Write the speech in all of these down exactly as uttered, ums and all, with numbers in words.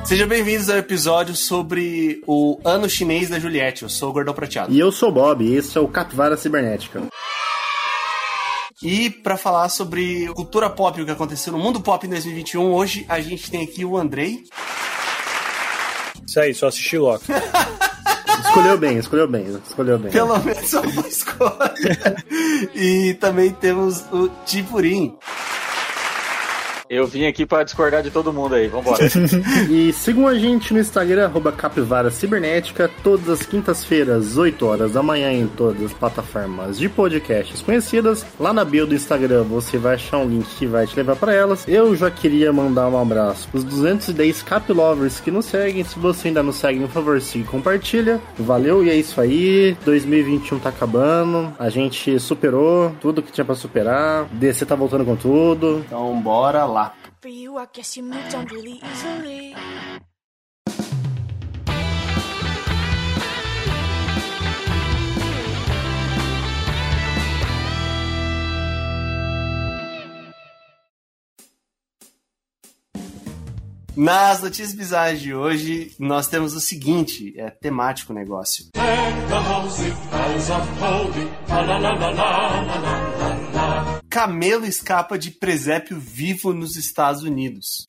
Sejam bem-vindos ao episódio sobre o ano chinês da Juliette. Eu sou o Gordão Prateado. E eu sou o Bob, e esse é o Capivara Cibernética. E pra falar sobre cultura pop, o que aconteceu no mundo pop em dois mil e vinte e um, hoje a gente tem aqui o Andrei. Isso aí, só assisti Loki. Escolheu bem, escolheu bem, escolheu bem. Pelo menos é uma escolha. E também temos o Tipurim. Eu vim aqui pra discordar de todo mundo aí, vambora. E sigam a gente no Instagram, arroba Capivara Cibernética, todas as quintas-feiras, oito horas da manhã, em todas as plataformas de podcasts conhecidas. Lá na bio do Instagram você vai achar um link que vai te levar pra elas. Eu já queria mandar um abraço pros duzentos e dez Cap Lovers que nos seguem. Se você ainda não segue, por favor, siga e compartilha. Valeu, e é isso aí. dois mil e vinte e um tá acabando. A gente superou tudo que tinha pra superar. D C tá voltando com tudo. Então bora lá. For you, I guess you moved on really easily. Nas notícias bizarras de hoje, nós temos o seguinte, é temático o negócio. Camelo escapa de presépio vivo nos Estados Unidos.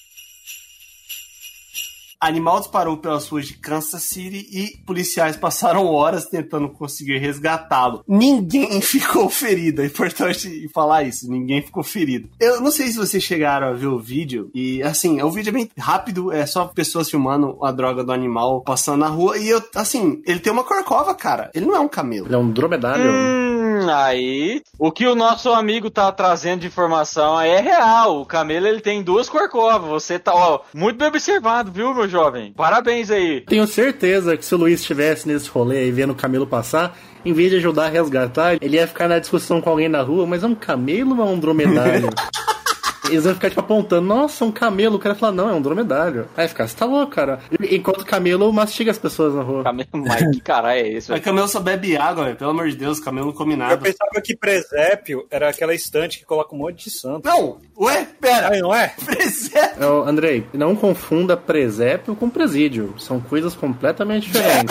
Animal disparou pelas ruas de Kansas City e policiais passaram horas tentando conseguir resgatá-lo. Ninguém ficou ferido, é importante falar isso, ninguém ficou ferido. Eu não sei se vocês chegaram a ver o vídeo, e assim, o vídeo é bem rápido, é só pessoas filmando a droga do animal passando na rua, e eu, assim, ele tem uma corcova, cara, ele não é um camelo. Ele é um dromedário. Hum, aí, o que o nosso amigo tá trazendo de informação aí é real, o camelo ele tem duas corcovas, você tá, ó, muito bem observado, viu, meu jovem? Parabéns aí. Tenho certeza que se o Luiz estivesse nesse rolê aí vendo o camelo passar, em vez de ajudar a resgatar, ele ia ficar na discussão com alguém na rua, mas é um camelo ou é um dromedário? Eles vão ficar, tipo, apontando, nossa, um camelo. O cara fala, não, é um dromedário. Aí fica, você tá louco, cara. Enquanto o camelo mastiga as pessoas na rua. Camelo, mas que caralho é esse? Mas camelo só bebe água, velho. Pelo amor de Deus, camelo não come nada. Eu pensava que presépio era aquela estante que coloca um monte de santo. Não! Ué, pera! Aí, não é? Presépio! Não, Andrei, não confunda presépio com presídio. São coisas completamente diferentes.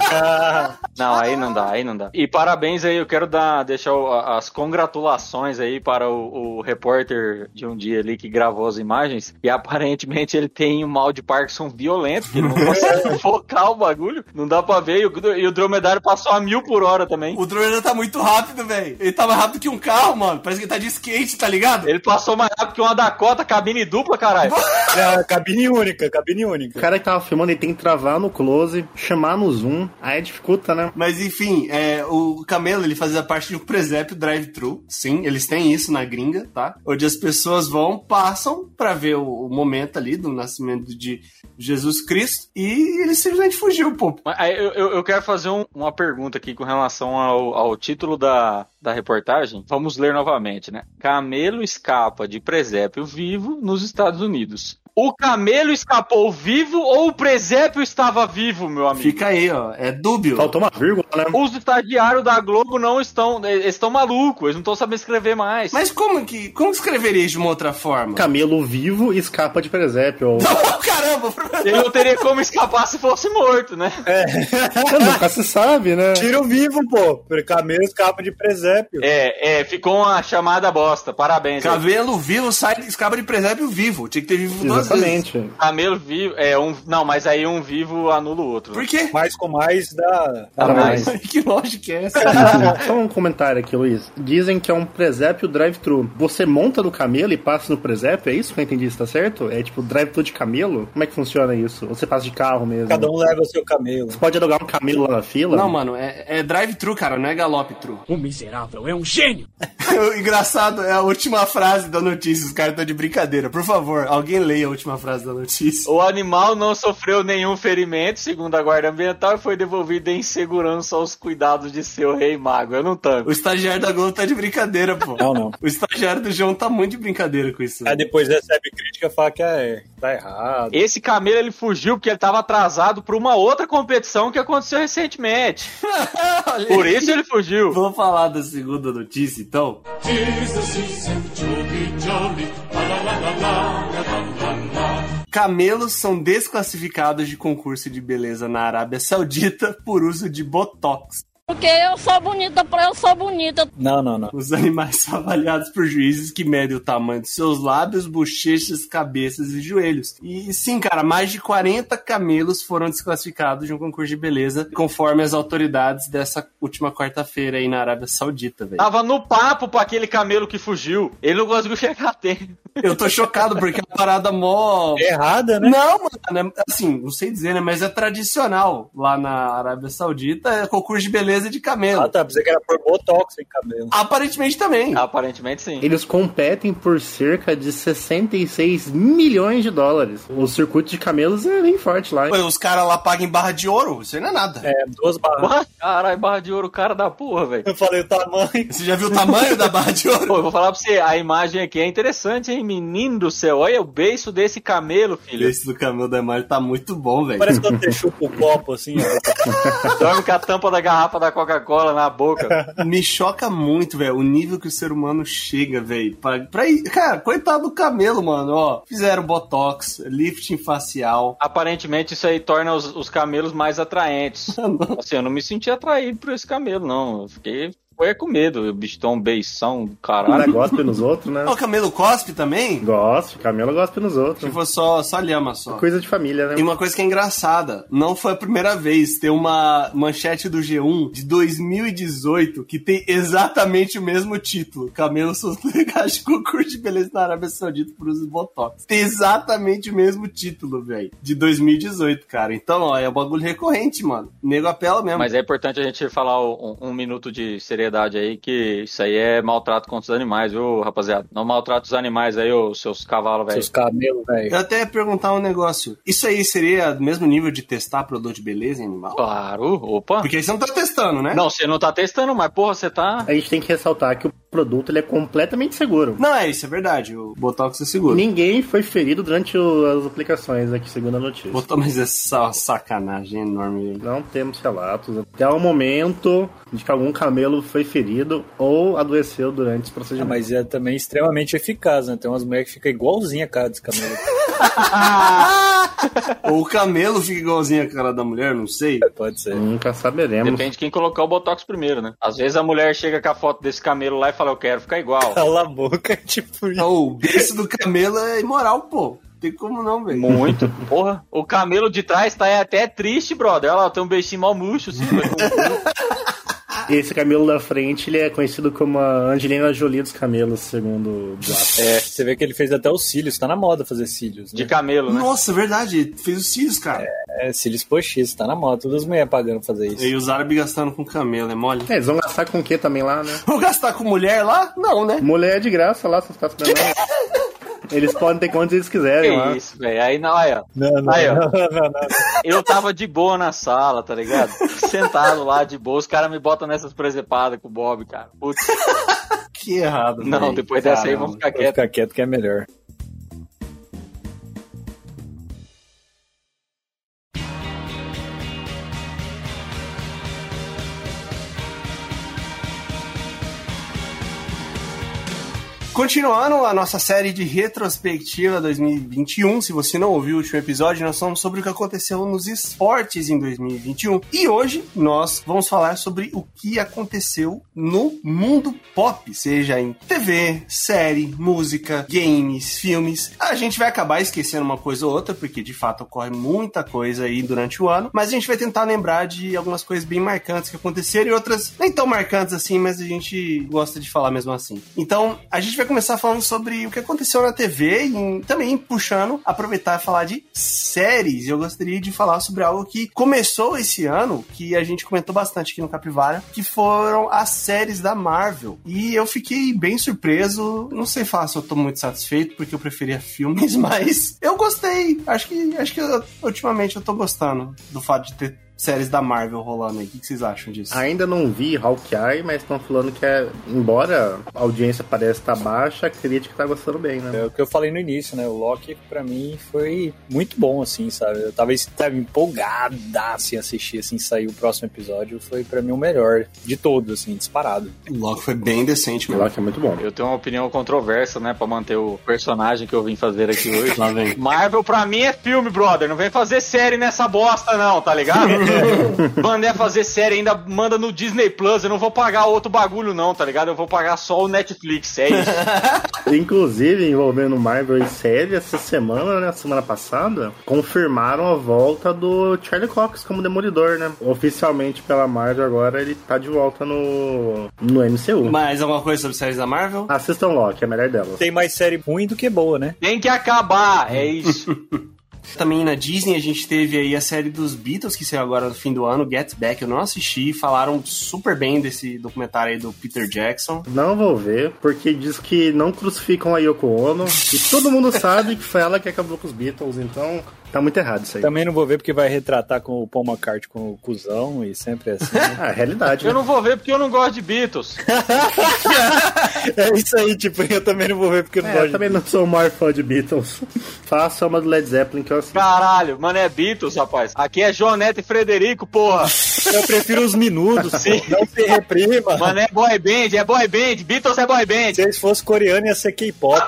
Ah, não, aí não dá, aí não dá. E parabéns aí, eu quero dar, deixar o, as congratulações aí para o, o repórter de um dia ali que gravou as imagens, e aparentemente ele tem um mal de Parkinson violento, que não consegue focar o bagulho, não dá pra ver, e o, e o dromedário passou a mil por hora também. O dromedário tá muito rápido, velho. Ele tá mais rápido que um carro, mano. Parece que ele tá de skate, tá ligado? Ele passou mais rápido que uma Dakota, cabine dupla, caralho. É, cabine única, cabine única. O cara que tava filmando, ele tem que travar no close, chamar no zoom, aí dificulta, né? Mas enfim, é, o camelo, ele fazia parte de um presépio drive-thru. Sim, eles têm isso na gringa, tá? Onde as pessoas vão, passam pra ver o, o momento ali do nascimento de Jesus Cristo, e ele simplesmente fugiu, pô. Eu, eu, eu quero fazer um, uma pergunta aqui com relação ao, ao título da, da reportagem. Vamos ler novamente, né? Camelo escapa de presépio vivo nos Estados Unidos. O camelo escapou vivo ou o presépio estava vivo, meu amigo? Fica aí, ó. É dúbio. Faltou uma vírgula, né? Os estagiários da Globo não estão... Eles estão malucos. Eles não estão sabendo escrever mais. Mas como que... Como escreveria isso de uma outra forma? Camelo vivo escapa de presépio. Não, caramba! Ele não teria como escapar se fosse morto, né? É. Nunca se sabe, né? Tiro vivo, pô. Camelo escapa de presépio. É, é. Ficou uma chamada bosta. Parabéns. Camelo vivo sai, escapa de presépio vivo. Tinha que ter vivo duas Exatamente. vezes. Camelo vivo... É, um... Não, mas aí um vivo anula o outro. Por quê? Mais com mais dá... Dá Dá mais. mais. Que lógica é essa? Só um comentário aqui, Luiz. Dizem que é um presépio drive-thru. Você monta no camelo e passa no presépio? É isso que eu entendi, está certo? É tipo drive-thru de camelo? Como é que funciona isso? Você passa de carro mesmo? Cada um leva o seu camelo. Você pode alugar um camelo lá na fila? Não, mano, é, é drive-thru, cara, não é galope-tru. O miserável é um gênio! O engraçado é a última frase da notícia. Os caras estão de brincadeira. Por favor, alguém leia a última frase da notícia. O animal não sofreu nenhum ferimento, segundo a guarda ambiental, e foi devolvido em segurança aos cuidados de seu rei mago. Eu não tanco. O estagiário da Globo tá de brincadeira, pô. Não, não. O estagiário do João tá muito de brincadeira com isso. Aí depois recebe crítica e fala que é, tá errado. Esse camelo, ele fugiu porque ele tava atrasado pra uma outra competição que aconteceu recentemente. Por isso ele fugiu. Vamos falar da segunda notícia, então? Camelos são desclassificados de concurso de beleza na Arábia Saudita por uso de botox. Porque eu sou bonita, pra eu sou bonita. Não, não, não. Os animais são avaliados por juízes que medem o tamanho dos seus lábios, bochechas, cabeças e joelhos. E sim, cara, mais de quarenta camelos foram desclassificados de um concurso de beleza, conforme as autoridades dessa última quarta-feira aí na Arábia Saudita, velho. Tava no papo pra aquele camelo que fugiu. Ele não conseguiu chegar até. Eu tô chocado porque é uma parada mó... É errada, né? Não, mano, é, assim, não sei dizer, né, mas é tradicional lá na Arábia Saudita, é concurso de beleza de camelo. Ah, tá, pensei que era por botox em cabelo. Aparentemente também. Aparentemente sim. Eles competem por cerca de sessenta e seis milhões de dólares. O circuito de camelos é bem forte lá. Hein? Pô, os caras lá pagam em barra de ouro, isso aí não é nada. É, duas barras. Caralho, barra de ouro, cara da porra, velho. Eu falei o tamanho. Você já viu o tamanho da barra de ouro? Pô, eu vou falar pra você, a imagem aqui é interessante, hein, menino do céu. Olha o beiço desse camelo, filho. Esse do camelo da Emily tá muito bom, velho. Parece quando você chupa o copo, assim, ó. Dorme com a tampa da garrafa da Coca-Cola na boca. Me choca muito, velho, o nível que o ser humano chega, velho. Pra, pra ir... Cara, coitado do camelo, mano, ó. Fizeram botox, lifting facial. Aparentemente isso aí torna os, os camelos mais atraentes. Assim, eu não me senti atraído por esse camelo, não. Eu fiquei... Foi com medo, o bicho tem um beição do caralho. Ainda gospe nos outros, né? O camelo cospe também? Gosto, camelo gospe nos outros. Se for só, só lhama, só. Coisa de família, né? E uma coisa que é engraçada, não foi a primeira vez, tem uma manchete do G um de dois mil e dezoito que tem exatamente o mesmo título. Camelos são legais de concurso de beleza na Arábia Saudita por uso de botox. Tem exatamente o mesmo título, velho, de dois mil e dezoito, cara. Então, ó, é um bagulho recorrente, mano. Nego apela mesmo. Mas é importante a gente falar um, um minuto de seriedade aí, que isso aí é maltrato contra os animais, viu, rapaziada? Não maltrata os animais aí, os seus cavalos, velho. Seus camelos, velho. Eu até ia perguntar um negócio. Isso aí seria do mesmo nível de testar produto de beleza em animal? Claro, opa. Porque aí você não tá testando, né? Não, você não tá testando, mas porra, você tá... A gente tem que ressaltar que o produto ele é completamente seguro. Não, é isso, é verdade. O Botox é seguro. Ninguém foi ferido durante o, as aplicações aqui, segundo a notícia. Botox, mas essa é uma sacanagem enorme. Não temos relatos até o momento de que algum camelo foi ferido ou adoeceu durante os Ah, procedimentos. mas é também extremamente eficaz, né? Tem umas mulheres que ficam igualzinha a cara desse camelo. Ou o camelo fica igualzinho a cara da mulher, não sei. Pode ser. Nunca saberemos. Depende de quem colocar o Botox primeiro, né? Às vezes a mulher chega com a foto desse camelo lá e fala, eu quero ficar igual. Cala a boca, tipo... Oh, o beijo do camelo é imoral, pô. Tem como não, velho. Muito. Porra. O camelo de trás tá até triste, brother. Olha lá, tem um beicinho mal murcho, assim. Esse camelo da frente, ele é conhecido como a Angelina Jolie dos camelos, segundo o boato. É, você vê que ele fez até os cílios. Tá na moda fazer cílios, né? De camelo, né? Nossa, verdade. Fez os cílios, cara. É, cílios postiços. Tá na moda. Todas as mulheres pagando pra fazer isso. E os árabes gastando com camelo, é mole? É, eles vão gastar com o que também lá, né? Vou gastar com mulher lá? Não, né? Mulher é de graça lá, se você tá Eles podem ter quantos eles quiserem lá. Que isso, velho. Aí não, aí, ó. Não, não, Aí, ó. não, não, não, não. Eu tava de boa na sala, tá ligado? Sentado lá de boa. Os caras me botam nessas presepadas com o Bob, cara. Putz. Que errado, Não, véio. depois dessa aí Caramba. vamos ficar Vou quietos. ficar quieto que é melhor. Continuando a nossa série de retrospectiva dois mil e vinte e um, se você não ouviu o último episódio, nós falamos sobre o que aconteceu nos esportes em dois mil e vinte e um. E hoje nós vamos falar sobre o que aconteceu no mundo pop, seja em T V, série, música, games, filmes. A gente vai acabar esquecendo uma coisa ou outra, porque de fato ocorre muita coisa aí durante o ano, mas a gente vai tentar lembrar de algumas coisas bem marcantes que aconteceram e outras nem tão marcantes assim, mas a gente gosta de falar mesmo assim. Então, a gente vai começar falando sobre o que aconteceu na T V e também puxando, aproveitar e falar de séries. Eu gostaria de falar sobre algo que começou esse ano, que a gente comentou bastante aqui no Capivara, que foram as séries da Marvel. E eu fiquei bem surpreso, não sei falar se eu tô muito satisfeito, porque eu preferia filmes, mas eu gostei. Acho que, acho que eu, ultimamente eu tô gostando do fato de ter séries da Marvel rolando aí. O que, que vocês acham disso? Ainda não vi Hawkeye, mas estão falando que é, embora a audiência pareça estar baixa, a crítica tá gostando bem, né? É o que eu falei no início, né? O Loki, pra mim, foi muito bom, assim, sabe? Eu tava, tava empolgadaço em assistir, assim, sair o próximo episódio. Foi, pra mim, o melhor de todos, assim, disparado. O Loki foi bem decente, O mesmo. Loki é muito bom. Eu tenho uma opinião controversa, né, pra manter o personagem que eu vim fazer aqui hoje. Lá vem. Marvel, pra mim, é filme, brother. Não vem fazer série nessa bosta, não, tá ligado? Mandei fazer série, ainda manda no Disney Plus. Eu não vou pagar outro bagulho, não, tá ligado? Eu vou pagar só o Netflix, é isso. Inclusive, envolvendo Marvel e série, essa semana, né, semana passada, confirmaram a volta do Charlie Cox como Demolidor, né? Oficialmente pela Marvel agora, ele tá de volta no, no M C U. Mais alguma coisa sobre séries da Marvel? Assistam Loki, é a melhor delas. Tem mais série ruim do que boa, né? Tem que acabar, é isso. Também na Disney a gente teve aí a série dos Beatles, que saiu agora no fim do ano, Get Back. Eu não assisti, falaram super bem desse documentário aí do Peter Jackson. Não vou ver, porque diz que não crucificam a Yoko Ono, e todo mundo sabe que foi ela que acabou com os Beatles, então tá muito errado isso aí. Também não vou ver porque vai retratar com o Paul McCartney com o cuzão e sempre é assim. Né? Ah, é realidade, Eu né? não vou ver porque eu não gosto de Beatles. É isso aí, tipo, eu também não vou ver porque eu não É, gosto eu também não sou o maior fã de Beatles. Faça uma do Led Zeppelin que eu assisto. Caralho, mano, é Beatles, rapaz. Aqui é Joanete e Frederico, porra. de... Eu prefiro os minutos, sim. Não se reprima. Mano, é boy band, é boy band. Beatles é boy band. Se eles fossem coreanos, ia ser K-pop.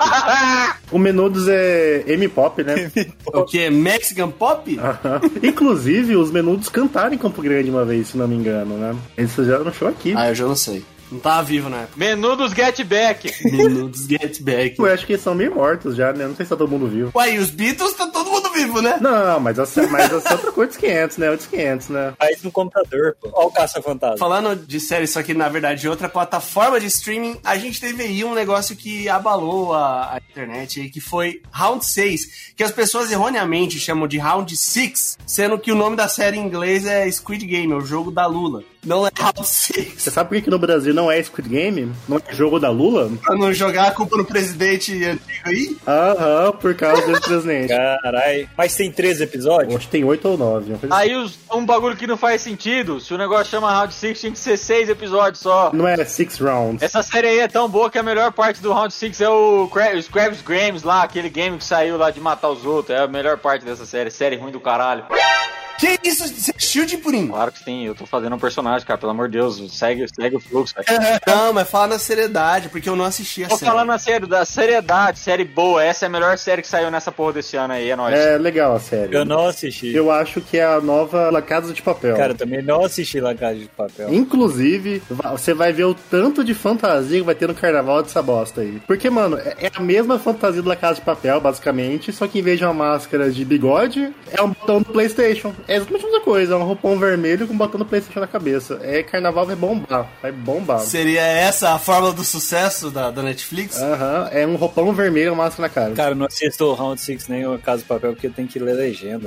O Menudos é M-pop, né? O que? Mexican Pop? Aham. Inclusive, os Menudos cantaram em Campo Grande uma vez, se não me engano, né? Eles fizeram um show aqui. Ah, eu já não sei. Não tava vivo na época. Menu dos Get Back. Minutos Get Back. Eu acho que eles são meio mortos já, né? Não sei se tá todo mundo vivo. Ué, e os Beatles tá todo mundo vivo, né? Não, mas essa, mas essa é outra coisa dos quinhentos, né? Outros quinhentos, né? Faz no computador, pô. Olha o Caça-Fantasma. Falando de série, só que na verdade de outra plataforma de streaming, a gente teve aí um negócio que abalou a, a internet aí, que foi Round seis, que as pessoas erroneamente chamam de Round seis, sendo que o nome da série em inglês é Squid Game, é o jogo da Lula. Não é Round seis. Você sabe por que, que no Brasil não é Squid Game? Não é jogo da Lula? Pra não jogar a culpa no presidente antigo aí? Aham, por causa desse presidente. Caralho. Mas tem treze episódios? Acho que tem oito ou nove. uma coisa assim. Aí os, um bagulho que não faz sentido. Se o negócio chama Round seis, tinha que ser seis episódios só. Não é Six Rounds. Essa série aí é tão boa que a melhor parte do Round seis é o Cra- os Krabs Games lá, aquele game que saiu lá de matar os outros. É a melhor parte dessa série. Série ruim do caralho. Que isso? Você assistiu de purinho? Claro que sim, eu tô fazendo um personagem, cara. Pelo amor de Deus, segue, segue o fluxo, cara. Não, mas fala na seriedade, porque eu não assisti a Tô série. falando a sério, da seriedade, série boa. Essa é a melhor série que saiu nessa porra desse ano aí, é nóis. É legal a série. Eu não assisti. Eu acho que é a nova La Casa de Papel. Cara, eu também não assisti La Casa de Papel. Inclusive, va- você vai ver o tanto de fantasia que vai ter no carnaval dessa bosta aí. Porque, mano, é é a mesma fantasia da Casa de Papel, basicamente, só que em vez de uma máscara de bigode, é um botão do PlayStation. É exatamente a mesma coisa, é um roupão vermelho com um botão do PlayStation na cabeça. É, carnaval vai bombar, vai bombar. Seria essa a fórmula do sucesso da, da Netflix? Aham, é um roupão vermelho e uma máscara na cara. Cara, eu não assisto o Round seis nem o Casa de Papel porque tem que ler legenda.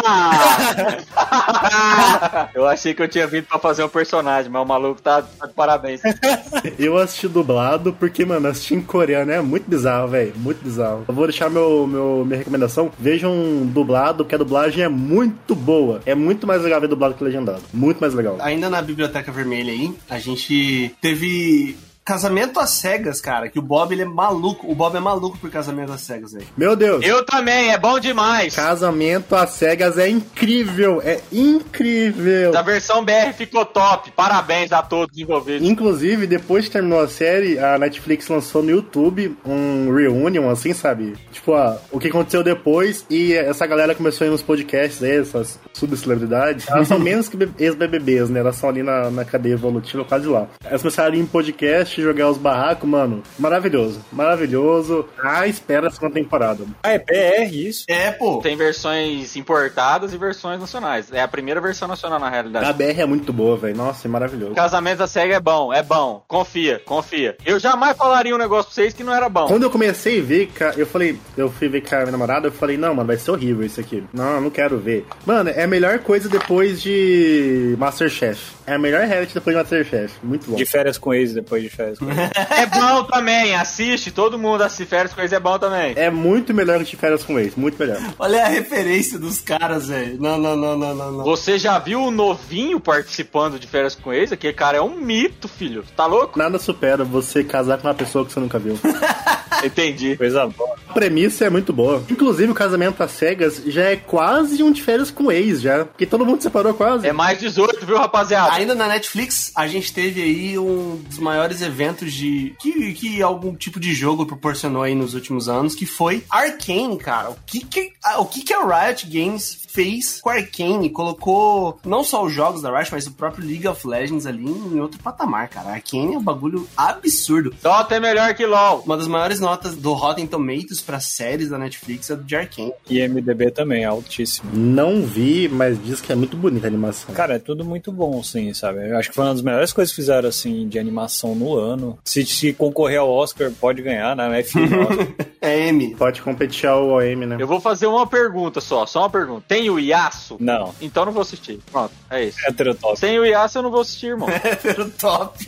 Eu achei que eu tinha vindo pra fazer um personagem, mas o maluco tá, tá de parabéns. Eu assisti dublado porque, mano, assistir em coreano é muito bizarro, velho. Muito bizarro. Eu vou deixar meu, meu, minha recomendação. Vejam dublado, porque a dublagem é muito boa. É muito mais legal ver dublado que legendado. Muito mais legal. Ainda na Biblioteca Vermelha aí, a gente teve Casamento às Cegas, cara, que o Bob, ele é maluco. O Bob é maluco por Casamento às Cegas, velho. Meu Deus. Eu também, é bom demais. Casamento às Cegas é incrível. É incrível. A versão B R ficou top. Parabéns a todos envolvidos. Inclusive, depois que terminou a série, a Netflix lançou no YouTube um reunion, assim, sabe? Tipo, ó, o que aconteceu depois, e essa galera começou a ir nos podcasts aí, essas subcelebridades. Elas são menos que ex-B B Bs, né? Elas são ali na, na cadeia evolutiva, quase lá. Elas começaram a ir em podcast, jogar os barracos, mano. Maravilhoso. Maravilhoso. Ah, espera a segunda temporada. Ah, é B R isso? É, pô. Tem versões importadas e versões nacionais. É a primeira versão nacional, na realidade. A B R é muito boa, velho. Nossa, é maravilhoso. Casamento da Cega é bom, é bom. Confia, confia. Eu jamais falaria um negócio pra vocês que não era bom. Quando eu comecei a ver, eu falei, eu fui ver com a minha namorada, eu falei, não, mano, vai ser horrível isso aqui. Não, não quero ver. Mano, é a melhor coisa depois de Masterchef. É a melhor reality depois de Masterchef. Muito bom. De férias com ex depois de férias. Férias com Ex. É bom também, assiste, todo mundo assiste Férias com Ex, é bom também. É muito melhor que Férias com Ex, muito melhor. Olha a referência dos caras, velho. Não, não, não, não, não, não. Você já viu o novinho participando de Férias com Ex? Aquele cara é um mito, filho. Tá louco? Nada supera você casar com uma pessoa que você nunca viu. Entendi. Coisa boa. A premissa é muito boa. Inclusive, o casamento às cegas já é quase um de Férias com Ex, já. Porque todo mundo separou quase. É mais dezoito, viu, rapaziada? Ainda na Netflix, a gente teve aí um dos maiores eventos de que, que algum tipo de jogo proporcionou aí nos últimos anos, que foi Arcane, cara. O que que a, o que que a Riot Games fez com a Arcane? Colocou não só os jogos da Riot, mas o próprio League of Legends ali em outro patamar, cara. A Arcane é um bagulho absurdo. Dota é melhor que LoL. Uma das maiores notas do Rotten Tomatoes para séries da Netflix é do de Arcane. E M D B também, é altíssimo. Não vi, mas diz que é muito bonita a animação. Cara, é tudo muito bom, assim, sabe? Eu acho que foi uma das melhores coisas que fizeram, assim, de animação no ano. Se, se concorrer ao Oscar, pode ganhar, né? É filme, Oscar. É M. Pode competir ao O M, né? Eu vou fazer uma pergunta só, só uma pergunta. Tem o Yasuo? Não. Então não vou assistir. Pronto, é isso. Heterotop. Sem o Yasuo eu não vou assistir, irmão. Hétero top.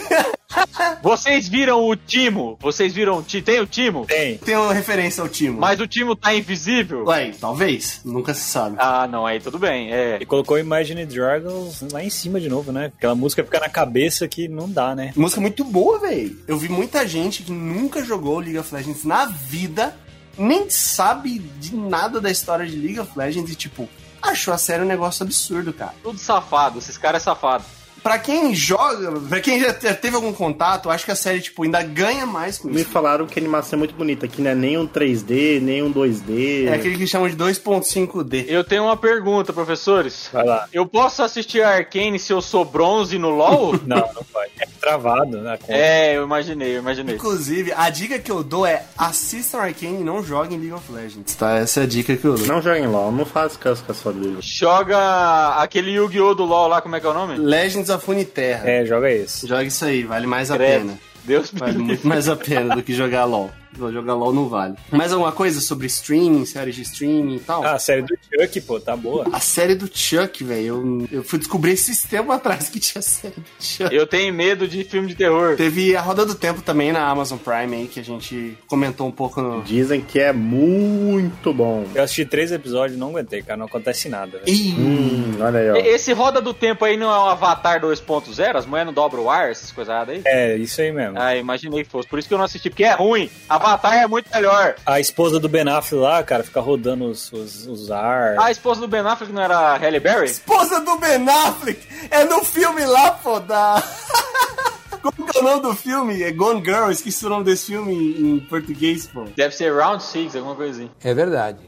Vocês viram o Timo? Vocês viram o Timo? Tem o Timo? Tem. Tem uma referência ao Timo. Mas o Timo tá invisível? Ué, talvez. Nunca se sabe. Ah, não, aí tudo bem, é. E colocou Imagine Dragons lá em cima de novo, né? Aquela música fica na cabeça que não dá, né? Música muito boa, velho. Eu vi muita gente que nunca jogou League of Legends na vida, nem sabe de nada da história de League of Legends e, tipo, achou a série um negócio absurdo, cara. Tudo safado, esses caras é safado. Pra quem joga, pra quem já teve algum contato, eu acho que a série, tipo, ainda ganha mais com Me isso. falaram que a animação é muito bonita, que não é nem um três D, nem um dois D. É aquele que chamam de dois ponto cinco D. Eu tenho uma pergunta, professores. Vai lá. Eu posso assistir a Arcane se eu sou bronze no LoL? Não, não vai. É travado, né? É, eu imaginei, eu imaginei. Inclusive, a dica que eu dou é assistam Arcane e não joguem League of Legends. Tá, essa é a dica que eu dou. Não joguem LOL, não faz casca só dele. Joga aquele Yu-Gi-Oh! Do LoL lá, como é que é o nome? Legends of Runeterra. É, joga esse. Joga isso aí, vale mais a Credo. pena. Deus me Vale livre. muito mais a pena do que jogar LOL. Jogar LOL não vale. Mais alguma coisa sobre streaming, séries de streaming e tal? Ah, a série do Chuck, pô, tá boa. A série do Chuck, velho. Eu, eu fui descobrir esse tempo atrás que tinha série do Chuck. Eu tenho medo de filme de terror. Teve a Roda do Tempo também na Amazon Prime aí, que a gente comentou um pouco no... Dizem que é muito bom. Eu assisti três episódios e não aguentei, cara, não acontece nada. velho. Ih, Hum, olha aí, ó. Esse Roda do Tempo aí não é um Avatar dois ponto zero? As mulheres não dobram o ar, essas coisas aí? É, isso aí mesmo. Ah, imaginei que fosse. Por isso que eu não assisti, porque é ruim. Avatar é muito melhor. A esposa do Ben Affleck lá, cara, fica rodando os, os, os ar. A esposa do Ben Affleck não era a Halle Berry? esposa do Ben Affleck! É no filme lá, pô, da... Como que é o nome do filme? É Gone Girl, esqueci o nome desse filme em, em português, pô. Deve ser Round Six, alguma coisinha. É verdade.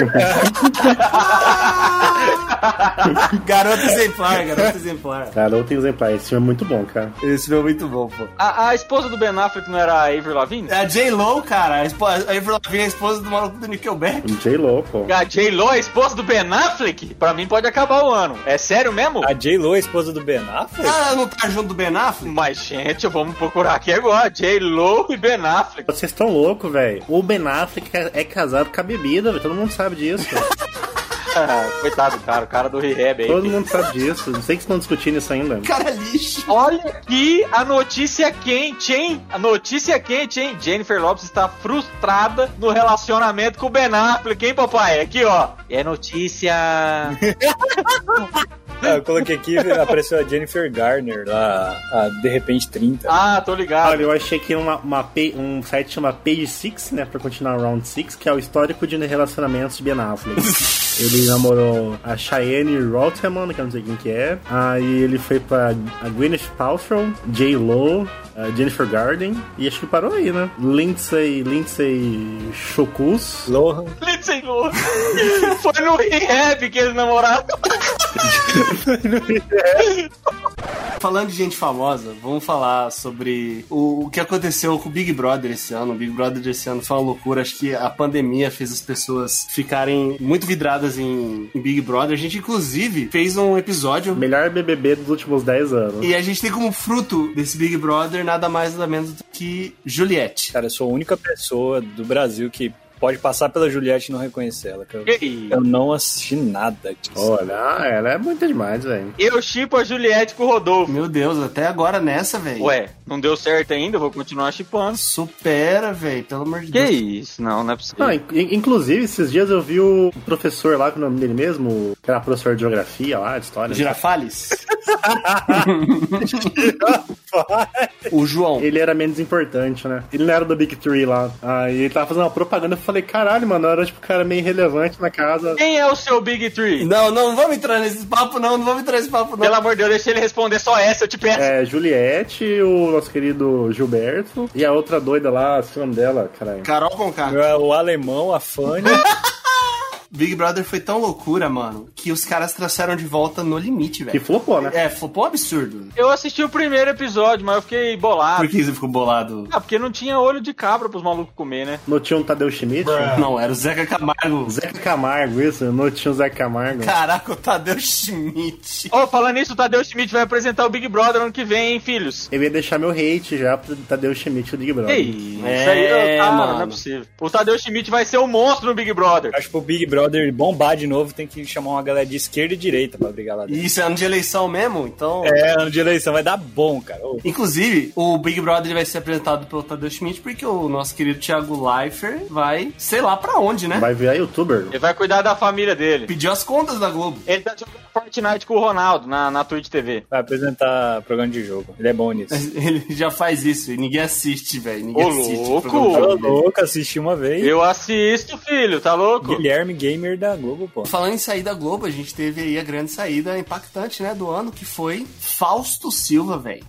Garoto exemplar, garoto exemplar. Garota exemplar, esse filme é muito bom, cara. Esse filme é muito bom, pô. A, a esposa do Ben Affleck não era a Avril Lavigne? É a J-Lo, cara. A, espo- a Avril Lavigne é a esposa do maluco do Nickelback. J-Lo, pô. A J-Lo é a esposa do Ben Affleck? Pra mim pode acabar o ano. É sério mesmo? A J-Lo é a esposa do Ben Affleck? Ah, ela não tá junto do Ben Affleck? Mas, gente, vamos procurar aqui agora. J-Lo e Ben Affleck. Vocês estão loucos, velho. O Ben Affleck é é casado com a bebida, velho. Todo mundo sabe disso. Ah, coitado, cara. O cara do Rehab aí. Todo mundo sabe disso. Não sei que estão discutindo isso ainda. Cara, lixo. Olha aqui a notícia quente, hein? A notícia quente, hein? Jennifer Lopez está frustrada no relacionamento com o Ben Affleck, hein, papai? Aqui, ó. É notícia... Ah, eu coloquei aqui, apareceu a Jennifer Garner lá, a De Repente trinta. Ah, tô ligado. Olha, eu achei que uma, uma pa- um site chama Page Six, né, pra continuar o Round Six, que é o histórico de relacionamentos de Ben Affleck. Ele namorou a Cheyenne Rothman, que eu não sei quem que é. Aí ele foi pra a Gwyneth Paltrow, J-Lo, a Jennifer Garden, e acho que parou aí, né? Lindsay, Lindsay Chokus. Lohan. Lindsay Lohan. Foi no Rehab que eles namoraram. Falando de gente famosa, vamos falar sobre o, o que aconteceu com o Big Brother esse ano. O Big Brother esse ano foi uma loucura. Acho que a pandemia fez as pessoas ficarem muito vidradas em, em Big Brother. A gente, inclusive, fez um episódio... Melhor B B B dos últimos dez anos. E a gente tem como fruto desse Big Brother nada mais nada menos do que Juliette. Cara, eu sou a única pessoa do Brasil que pode passar pela Juliette e não reconhecer ela. Eu, eu não assisti nada disso. Olha, ela é muito demais, velho. Eu chipo a Juliette com o Rodolfo. Meu Deus, até agora nessa, velho. Ué, não deu certo ainda, vou continuar chipando. Supera, velho, pelo amor de que Deus. Que isso? Não, não é possível. Não, inclusive, esses dias eu vi o professor lá, com o nome dele mesmo, que era professor de geografia lá, de história. Girafales? O João. Ele era menos importante, né? Ele não era do Big Three lá. Aí ele tava fazendo uma propaganda, eu falei, caralho, mano, eu era tipo um cara meio irrelevante na casa. Quem é o seu Big Three? Não, não, não vamos entrar nesse papo não, não vamos entrar nesse papo não. Pelo amor de Deus, deixa ele responder só essa, eu te peço. É, Juliette, o nosso querido Gilberto, e a outra doida lá, o nome dela, caralho. Carol Conká. O alemão, a Fanny. Big Brother foi tão loucura, mano, que os caras trouxeram de volta No Limite, velho. Que flopou, né? É, flopou absurdo. Eu assisti o primeiro episódio, mas eu fiquei bolado. Por que você ficou bolado? Ah, porque não tinha olho de cabra pros malucos comer, né? Não tinha um Tadeu Schmidt? Não, era o Zeca Camargo. Zeca Camargo, isso. Não tinha o Zeca Camargo. Caraca, o Tadeu Schmidt. Ô, oh, falando nisso, o Tadeu Schmidt vai apresentar o Big Brother ano que vem, hein, filhos? Eu ia deixar meu hate já pro Tadeu Schmidt do Big Brother. Que isso? É, isso aí, cara, mano. Não é possível. O Tadeu Schmidt vai ser o monstro no Big Brother. Acho que o Big Brother bombar de novo tem que chamar uma galera de esquerda e direita pra brigar lá dentro. Isso é ano de eleição mesmo, então... É, ano de eleição, vai dar bom, cara. Oh. Inclusive, o Big Brother vai ser apresentado pelo Tadeu Schmidt porque o nosso querido Thiago Leifert vai, sei lá pra onde, né? Vai virar youtuber. Ele vai cuidar da família dele. Pediu as contas da Globo. Ele tá jogando Fortnite com o Ronaldo na, na Twitch T V. Vai apresentar programa de jogo. Ele é bom nisso. Ele já faz isso e ninguém assiste, velho. Ninguém Ô, assiste. louco! Tô louco, assisti uma vez. Eu assisto, filho, tá louco? Guilherme Gamer da Globo, pô. Falando em sair da Globo, a gente teve aí a grande saída impactante, né, do ano, que foi Fausto Silva, velho.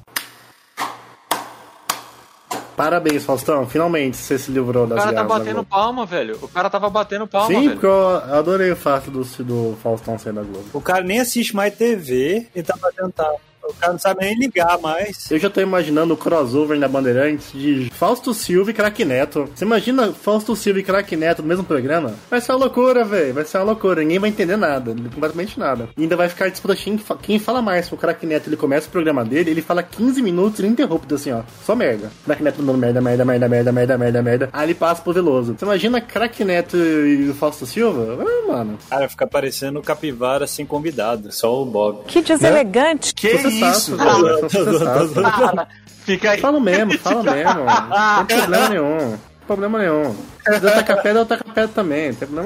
Parabéns, Faustão. Finalmente você se livrou das O cara tá garras da batendo Globo. palma, velho. O cara tava batendo palma, Sim, velho. porque eu adorei o fato do, do Faustão sair da Globo. O cara nem assiste mais T V e tá batendo tal. O cara não sabe nem ligar mais. Eu já tô imaginando o crossover na Bandeirantes de Fausto Silva e Craque Neto. Você imagina Fausto Silva e Craque Neto no mesmo programa? Vai ser uma loucura, velho. Vai ser uma loucura. Ninguém vai entender nada. Completamente nada. E ainda vai ficar disputa quem fala mais. Se o Craque Neto ele começa o programa dele, ele fala quinze minutos ininterrupto, assim, ó. Só merda. Craque Neto mandando merda, merda, merda, merda, merda, merda, merda. Aí ele passa pro Veloso. Você imagina Craque Neto e o Fausto Silva? Ah, mano. Cara, fica parecendo o Capivara sem convidado. Só o Bob. Que deselegante. Que isso? Ah, fica aí. Fala mesmo, fala mesmo. Não tem problema nenhum. Não tem problema nenhum. Se quiser tacar pedra, eu taco pedra também. Não tem problema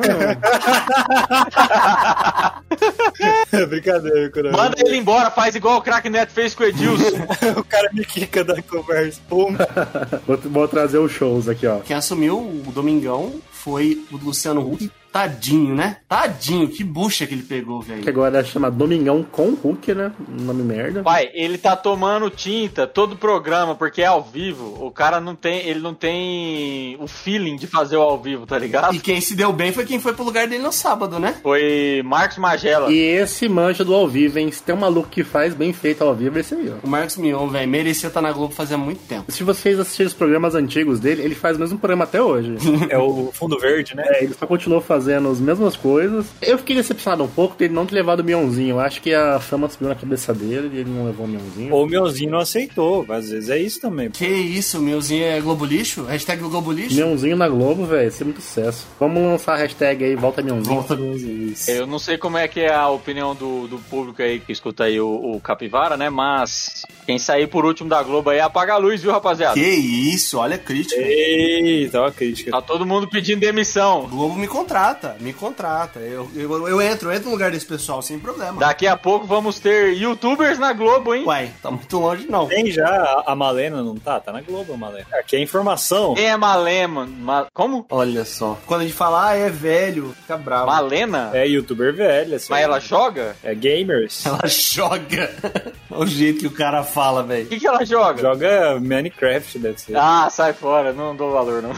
nenhum. Brincadeira, cara. Manda ele embora, faz igual o Craque Neto fez com o Edilson. O cara me quica da conversa. Pum. vou, vou trazer os shows aqui, ó. Quem assumiu o Domingão foi o Luciano Huck. Tadinho, né? Tadinho, que bucha que ele pegou, velho. Que agora chama Domingão com Huck, né? Nome merda. Pai, ele tá tomando tinta todo o programa, porque é ao vivo. O cara não tem, ele não tem o feeling de fazer o ao vivo, tá ligado? E quem se deu bem foi quem foi pro lugar dele no sábado, né? Foi Marcos Magela. E esse manja do ao vivo, hein? Se tem um maluco que faz bem feito ao vivo, é esse aí, ó. O Marcos Mion, velho, merecia estar na Globo fazia muito tempo. Se vocês assistirem os programas antigos dele, ele faz o mesmo programa até hoje. É o Fundo Verde, né? É, ele só continuou fazendo as mesmas coisas. Eu fiquei decepcionado um pouco dele não ter levado o Mionzinho. Eu acho que a fama subiu na cabeça dele e ele não levou o Mionzinho. Ou o Mionzinho não aceitou. Às vezes é isso também. Que isso, o Mionzinho é Globo Lixo? Hashtag Globo Lixo? Mionzinho na Globo, velho. Isso é muito sucesso. Vamos lançar a hashtag aí, volta Mionzinho. Volta Mionzinho, isso. Eu não sei como é que é a opinião do, do público aí que escuta aí o, o Capivara, né? Mas quem sair por último da Globo aí apaga a luz, viu, rapaziada? Que isso, olha a crítica. Eita, olha a crítica. Tá todo mundo pedindo demissão. O Globo me contrata, me contrata. Eu, eu, eu entro, eu entro no lugar desse pessoal sem problema. Daqui a pouco vamos ter youtubers na Globo, hein? Uai, tá muito longe não. Tem já, a, a Malena não tá? Tá na Globo, a Malena. Aqui é informação. Quem é Malema? Ma... Como? Olha só. Quando a gente fala, ah, é velho, fica bravo. Malena? É youtuber velha. Mas ela joga? É gamers. Ela joga. Olha o jeito que o cara fala, velho. O que, que ela joga? Joga Minecraft, deve ser. Ah, sai fora, não dou valor, não.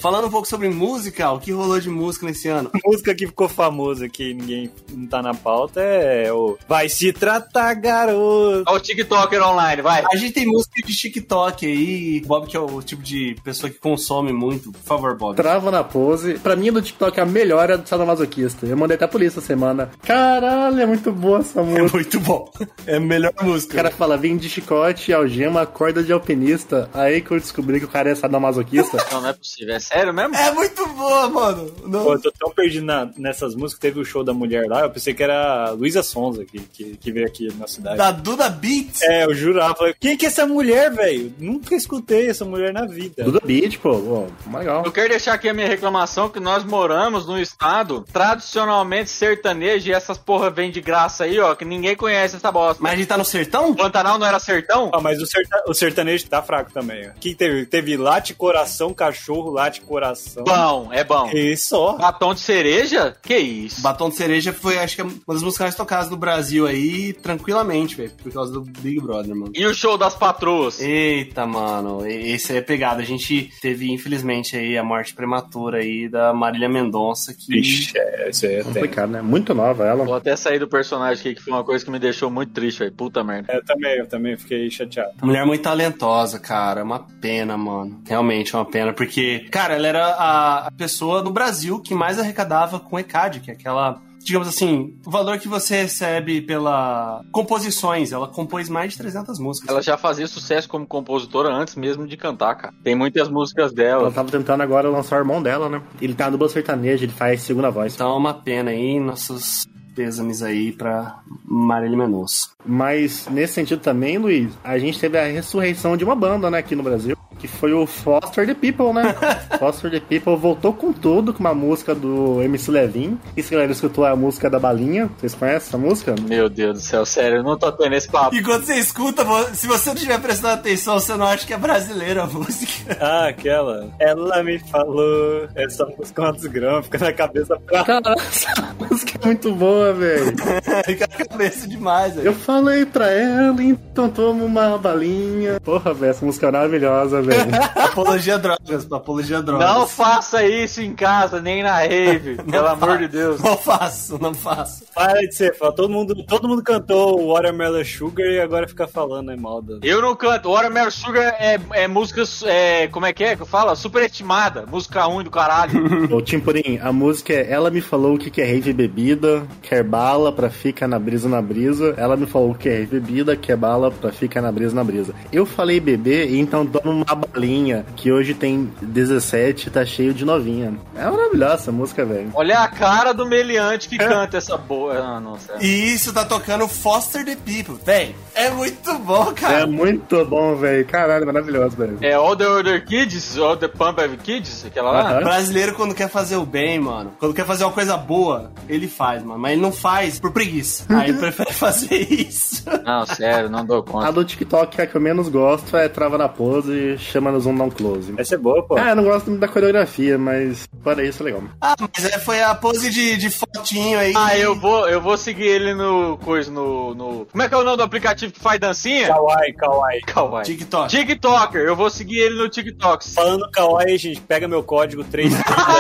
falando um pouco sobre música, o que rolou de música nesse ano? A música que ficou famosa, que ninguém não tá na pauta, é o Vai Se Tratar, Garoto. Olha o TikToker online, vai. A gente tem música de TikTok aí. Bob, que é o tipo de pessoa que consome muito. Por favor, Bob. Trava na pose. Pra mim, do TikTok, a melhor é a do sadomasoquista. Eu mandei até a polícia essa semana. Caralho, é muito boa essa música. É muito bom. É a melhor música. O cara fala, vem de chicote, algema, corda de alpinista. Aí que eu descobri que o cara é sadomasoquista. Não, não é possível. É sério mesmo? É muito boa, mano. Não. Pô, eu tô tão perdido na, nessas músicas. Teve o show da mulher lá, eu pensei que era a Luísa Sonza que, que, que veio aqui na cidade. Da Duda Beats? É, eu jurava. Quem que é essa mulher, velho? Nunca escutei essa mulher na vida. Duda Beat, pô. Pô, legal. Eu quero deixar aqui a minha reclamação que nós moramos num estado tradicionalmente sertanejo e essas porra vem de graça aí, ó, que ninguém conhece essa bosta. Mas a gente tá no sertão? Pantanal não era sertão? Ah, mas o, serta, o sertanejo tá fraco também, ó. Que teve? Teve late coração, cachorro, late coração. Bom, é bom. E só. Batom de cereja? Que isso? Batom de Cereja foi, acho que, uma das músicas mais tocadas do Brasil aí, tranquilamente, velho, por causa do Big Brother, mano. E o show das patroas? Eita, mano, esse aí é pegado. A gente teve, infelizmente, aí a morte prematura aí da Marília Mendonça, que... Ixi, é, isso aí é complicado, né? Muito nova ela. Vou até sair do personagem aqui, que foi uma coisa que me deixou muito triste, velho. Puta merda. Eu também, eu também fiquei chateado. Mulher muito talentosa, cara. É uma pena, mano. Realmente é uma pena, porque, cara, ela era a pessoa no Brasil que mais arrecadava com E C A D, que é aquela... digamos assim, o valor que você recebe pela composições. Ela compôs mais de trezentas músicas. Ela já fazia sucesso como compositora antes mesmo de cantar, cara. Tem muitas músicas dela. Ela tava tentando agora lançar o irmão dela, né? Ele tá no dupla sertaneja, ele faz segunda voz. Então é uma pena aí, nossos pêsames aí pra Marília Mendonça. Mas nesse sentido também, Luiz, a gente teve a ressurreição de uma banda, né, aqui no Brasil, que foi o Foster the People, né? Foster the People voltou com tudo, com uma música do M C Levin. E se a galera escutou a música da Balinha, vocês conhecem essa música? Meu Deus do céu, sério, eu não tô tendo esse papo. E quando você escuta, se você não estiver prestando atenção, você não acha que é brasileira a música. Ah, aquela. Ela me falou. Essa música é uma desgrama, fica na cabeça pra... Cara, essa música é muito boa, velho. Fica na cabeça demais, velho. Eu falei pra ela, então toma uma balinha. Porra, velho, essa música é maravilhosa, velho. Apologia a drogas, apologia a drogas. Não faça isso em casa, nem na rave, pelo amor de Deus. Não faço, não faço. Para de ser, fala. Todo mundo, todo mundo cantou o Watermelon Sugar e agora fica falando aí mal da... Eu não canto. Watermelon Sugar é, é música, é, como é que é que eu falo? Superestimada. Música ruim do caralho. Ô, Timpurim, a música é Ela me falou o que é rave bebida, quer bala pra ficar na brisa na brisa. Ela me falou o que é rave bebida, quer bala pra ficar na brisa na brisa. Eu falei bebê, e então toma uma balinha, que hoje tem dezessete, tá cheio de novinha. É maravilhosa essa música, velho. Olha a cara do meliante que canta essa boa. Ah, nossa. E isso tá tocando Foster the People. Véi, é muito bom, cara. É muito bom, velho. Caralho, maravilhoso, velho. É All the Other Kids, All the Pump Up Kids, aquela lá. Uh-huh. Brasileiro, quando quer fazer o bem, mano, quando quer fazer uma coisa boa, ele faz, mano. Mas ele não faz por preguiça. Aí ele prefere fazer isso. Não, sério, não dou conta. A do TikTok, a que eu menos gosto é Trava na Pose e Chama no Zoom Down Close. Essa é boa, pô. É, eu não gosto muito da coreografia, mas para isso é legal. Ah, mas é, foi a pose de, de fotinho aí. Ah, eu vou, eu vou seguir ele no coisa, no, no... Como é que é o nome do aplicativo que faz dancinha? Kawaii, Kawaii. Kawaii. TikTok. TikToker, eu vou seguir ele no TikTok. Falando Kawaii, gente, pega meu código três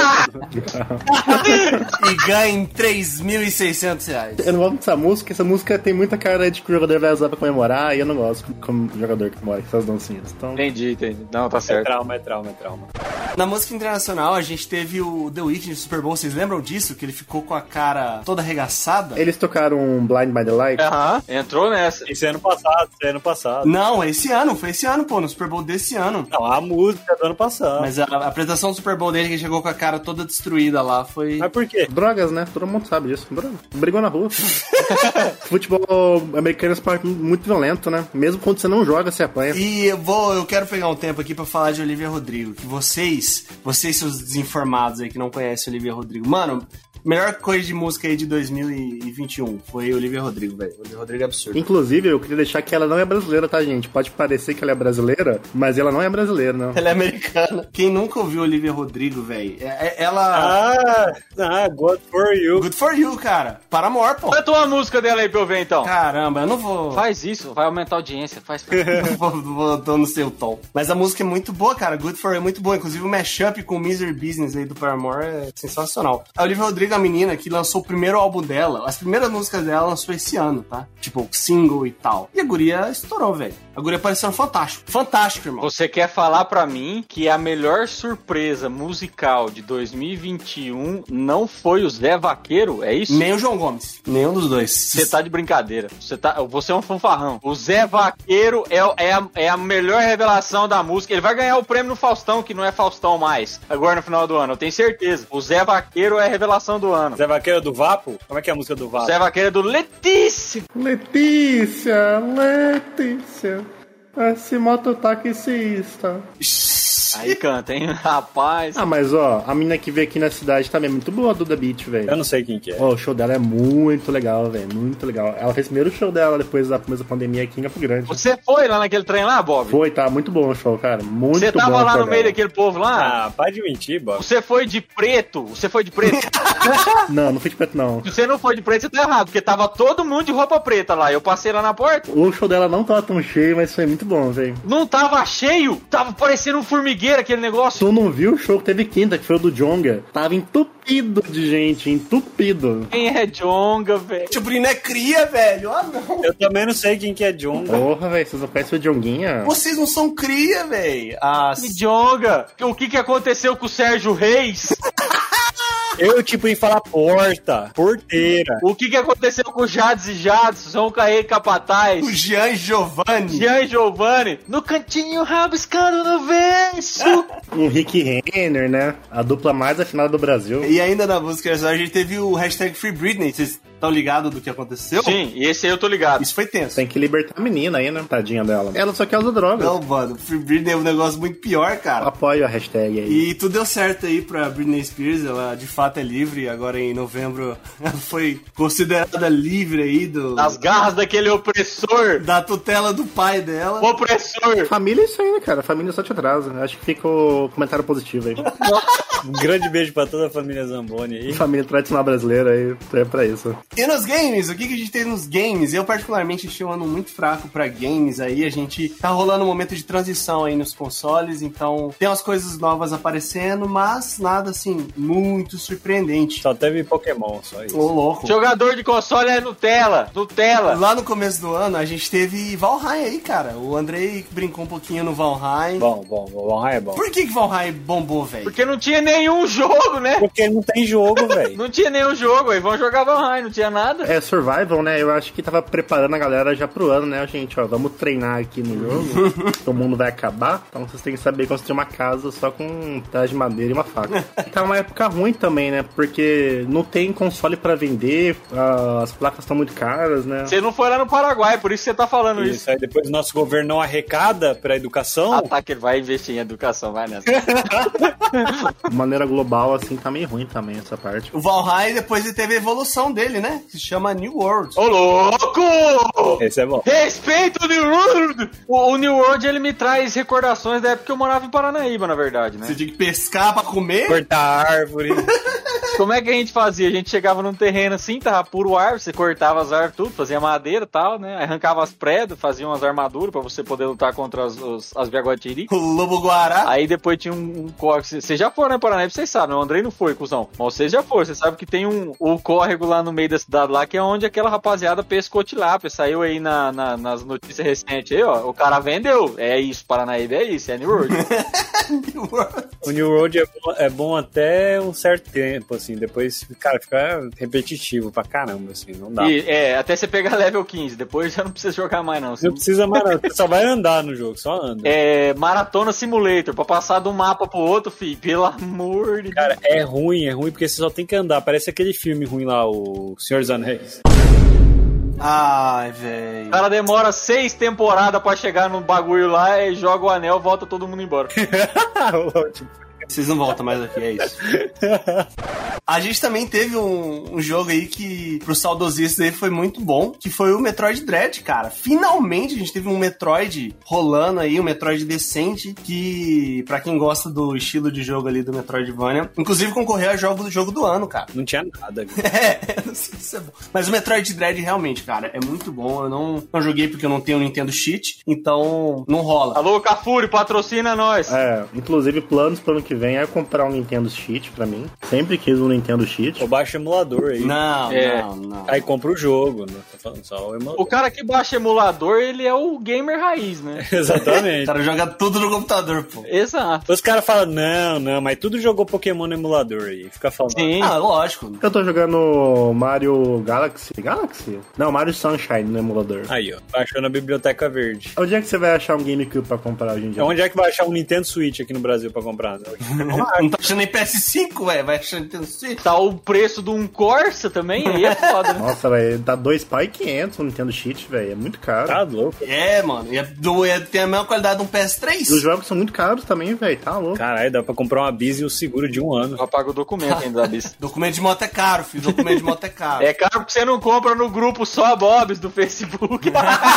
e ganha três mil e seiscentos reais. Eu não gosto dessa música, essa música tem muita cara de que o jogador vai usar pra comemorar, e eu não gosto como jogador que comemora essas dancinhas. Então... Entendi, entendi. Não, tá É certo. trauma, é trauma, é trauma. Na música internacional, a gente teve o The Weeknd de Super Bowl. Vocês lembram disso? Que ele ficou com a cara toda arregaçada? Eles tocaram um Blind by the Light. Aham, entrou nessa. Esse ano passado, esse ano passado. Não, esse ano. Foi esse ano, pô. No Super Bowl desse ano. Não, a música do ano passado. Mas a, a apresentação do Super Bowl dele, que ele chegou com a cara toda destruída lá, foi... Mas por quê? Drogas, né? Todo mundo sabe disso. Droga. Brigou na rua. Futebol americano é um esporte muito violento, né? Mesmo quando você não joga, você apanha. E eu vou, eu quero pegar um tempo aqui pra falar de Olivia Rodrigo. Que vocês, vocês seus desinformados aí que não conhecem Olivia Rodrigo, mano, Melhor coisa de música aí de dois mil e vinte e um foi Olivia Rodrigo, velho. Olivia Rodrigo é absurdo. Inclusive, eu queria deixar que ela não é brasileira, tá, gente? Pode parecer que ela é brasileira, mas ela não é brasileira, não. Ela é americana. Quem nunca ouviu Olivia Rodrigo, velho, é, é, ela... Ah, ah, Good For You. Good For You, cara. Para amor, pô. Canta uma música dela aí pra eu ver, então. Caramba, eu não vou... Faz isso, vai aumentar a audiência. Faz. Não vou, vou tô no seu tom. Mas a música é muito boa, cara. Good For You é muito boa. Inclusive o mashup com Misery Business aí do Paramore é sensacional. A Olivia Rodrigo, a menina que lançou o primeiro álbum dela, as primeiras músicas dela lançou esse ano, tá? Tipo, single e tal. E a guria estourou, velho. A guria pareceu fantástico. Fantástico, irmão. Você quer falar pra mim que a melhor surpresa musical de dois mil e vinte e um não foi o Zé Vaqueiro? É isso? Nem o João Gomes. Nenhum dos dois. Você tá de brincadeira. Você, tá, você é um fanfarrão. O Zé Vaqueiro é, é, a, é a melhor revelação da música. Ele vai ganhar o prêmio no Faustão, que não é Faustão mais, agora no final do ano. Eu tenho certeza. O Zé Vaqueiro é a revelação do ano. Zé Vaqueiro é do Vapo? Como é que é a música do Vapo? O Zé Vaqueiro é do Letícia. Letícia, Letícia, esse mototaxista. Aí canta, hein? Rapaz. Ah, mas ó, a mina que veio aqui na cidade também é muito boa, a Duda Beat, velho. Eu não sei quem que é. Ó, o show dela é muito legal, velho. Muito legal. Ela fez o primeiro show dela depois da começo da pandemia aqui em Campo Grande. Você foi lá naquele trem lá, Bob? Foi, tá muito bom o show, cara. Muito bom. Você tava bom lá no meio dela. daquele povo lá? Ah, para de mentir, Bob. Você foi de preto? Você foi de preto? Não, não fui de preto, não. Se você não foi de preto, você tá errado, porque tava todo mundo de roupa preta lá. Eu passei lá na porta. O show dela não tava tão cheio, mas foi muito bom, velho. Não tava cheio, tava parecendo um formigueiro aquele negócio. Tu não viu o show que teve quinta, que foi o do Djonga? Tava entupido de gente, entupido. Quem é Djonga, velho? Tio Brino é cria, velho. Ah, não. Eu também não sei quem que é John. Porra, velho, vocês não conhecem o Djonguinha? Vocês não são cria, velho. Ah, Que Djonga? O que que aconteceu com o Sérgio Reis? Eu, tipo, ia falar porta, porteira. O que que aconteceu com o Jades e Jadson, João Carreiro e Capataz? o Jean Giovanni. Jean e Giovanni, no cantinho rabiscando no verso. Um Rick Renner, né? A dupla mais afinada do Brasil. E ainda na música a gente teve o hashtag Free Britney. Vocês estão ligados do que aconteceu? Sim, e esse aí eu tô ligado. Isso foi tenso. Tem que libertar a menina aí, né? Tadinha dela. Ela só quer usar droga. Não, mano. Free Britney é um negócio muito pior, cara. Apoio a hashtag aí. E tudo deu certo aí pra Britney Spears, ela de fato é livre, agora em novembro ela foi considerada livre aí do... Nas garras daquele opressor. da tutela do pai dela. Opressor. Família é isso aí, né, cara? Família só te atrasa. Acho que fica o comentário positivo aí. Um grande beijo pra toda a família Zamboni aí. Família tradicional brasileira aí, é pra isso. E nos games, o que, que a gente tem nos games? Eu particularmente achei um ano muito fraco pra games aí, a gente tá rolando um momento de transição aí nos consoles, então tem umas coisas novas aparecendo, mas nada assim, muito surpreendente. Só teve Pokémon, só isso. Ô, louco. Jogador de console é Nutella. Nutella. Lá no começo do ano, a gente teve Valheim aí, cara. O Andrei brincou um pouquinho no Valheim. Bom, bom, o Valheim é bom. Por que que Valheim bombou, velho? Porque não tinha nenhum jogo, né? Porque não tem jogo, velho. Não tinha nenhum jogo, aí vão jogar Valheim, não tinha nada. É Survival, né? Eu acho que tava preparando a galera já pro ano, né, gente? Ó, vamos treinar aqui no jogo. O mundo vai acabar, então vocês têm que saber construir uma casa só com um pedaço de madeira e uma faca. Tá uma época ruim também, né? Porque não tem console pra vender, uh, as placas estão muito caras, né? Você não foi lá no Paraguai, por isso que você tá falando isso. Isso aí depois o nosso governo não arrecada pra educação. Ah, tá, que ele vai investir em educação, vai nessa. De maneira global, assim, tá meio ruim também essa parte. O Valheim, depois ele teve a evolução dele, né? Que se chama New World. Ô, louco! Esse é bom. Respeita o New World! O, o New World, ele me traz recordações da época que eu morava em Paranaíba, na verdade, né? Você tinha que pescar pra comer? Cortar árvore. Como é que a gente fazia? A gente chegava num terreno assim, tava puro árvore, você cortava as árvores tudo, fazia madeira e tal, né? Arrancava as predas, fazia umas armaduras pra você poder lutar contra as, os, as jaguatiri. O Lobo-Guará. Aí depois tinha um, um córrego. Vocês já foram, né, Paranaíba? Vocês sabem, o Andrei não foi, cuzão. Mas vocês já foram. Você sabe que tem um, um córrego lá no meio da cidade lá, que é onde aquela rapaziada pescou tilápia. Saiu aí na, na, nas notícias recentes aí, ó. O cara vendeu. É isso, Paranaíba é isso, é New World. New World. O New World é bom, é bom até um certo tempo, assim. Depois, cara, fica repetitivo pra caramba, assim. Não dá. E, é, até você pegar level quinze. Depois já não precisa jogar mais, não. Não precisa mais, não. Você só vai andar no jogo, só anda. É, Maratona Simulator. Pra passar de um mapa pro outro, filho. Pelo amor de Cara, é ruim, é ruim porque você só tem que andar. Parece aquele filme ruim lá, o Senhor dos Anéis. Ai, velho. O cara demora seis temporadas pra chegar no bagulho lá e joga o anel, volta todo mundo embora. Vocês não voltam mais aqui, é isso. A gente também teve um, um jogo aí que, pro saudosista aí, foi muito bom, que foi o Metroid Dread, cara. Finalmente a gente teve um Metroid rolando aí, um Metroid decente, que, pra quem gosta do estilo de jogo ali do Metroidvania, inclusive concorreu a jogo do jogo do ano, cara. Não tinha nada. É, não sei se é bom. Mas o Metroid Dread realmente, cara, é muito bom. Eu não, não joguei porque eu não tenho o Nintendo Cheat, então não rola. Alô, Cafuri, patrocina nós. É, inclusive planos pro ano que vem é comprar um Nintendo Cheat pra mim. Sempre quis um Nintendo Cheat. Ou baixa o emulador aí. Não, É. não, não. Aí compra o jogo, não tô falando só o emulador. O cara que baixa emulador, ele é o gamer raiz, né? O Exatamente. cara joga tudo no computador, pô. Exato. Os caras falam, não, não, mas tudo jogou Pokémon no emulador aí. Fica falando. Sim. Ah, lógico. Eu tô jogando Mario Galaxy. Galaxy? Não, Mario Sunshine no emulador. Aí, ó. Baixou na Biblioteca Verde. Onde é que você vai achar um GameCube pra comprar hoje em dia? Onde é que vai achar um Nintendo Switch aqui no Brasil pra comprar? Não tá achando nem P S cinco, velho. Vai achando Nintendo Switch. Tá o preço de um Corsa também, aí é foda, né? Nossa, velho, tá dois pau e quinhentos no Nintendo Cheat, velho. É muito caro. Tá louco. É, mano. E é do, é, tem a mesma qualidade de um P S três. Os jogos são muito caros também, velho. Tá louco. Caralho, dá pra comprar uma bis e o seguro de um ano. Eu pago o documento ainda da bis. Documento de moto é caro, filho. Documento de moto é caro. É caro porque você não compra no grupo só Bobs do Facebook.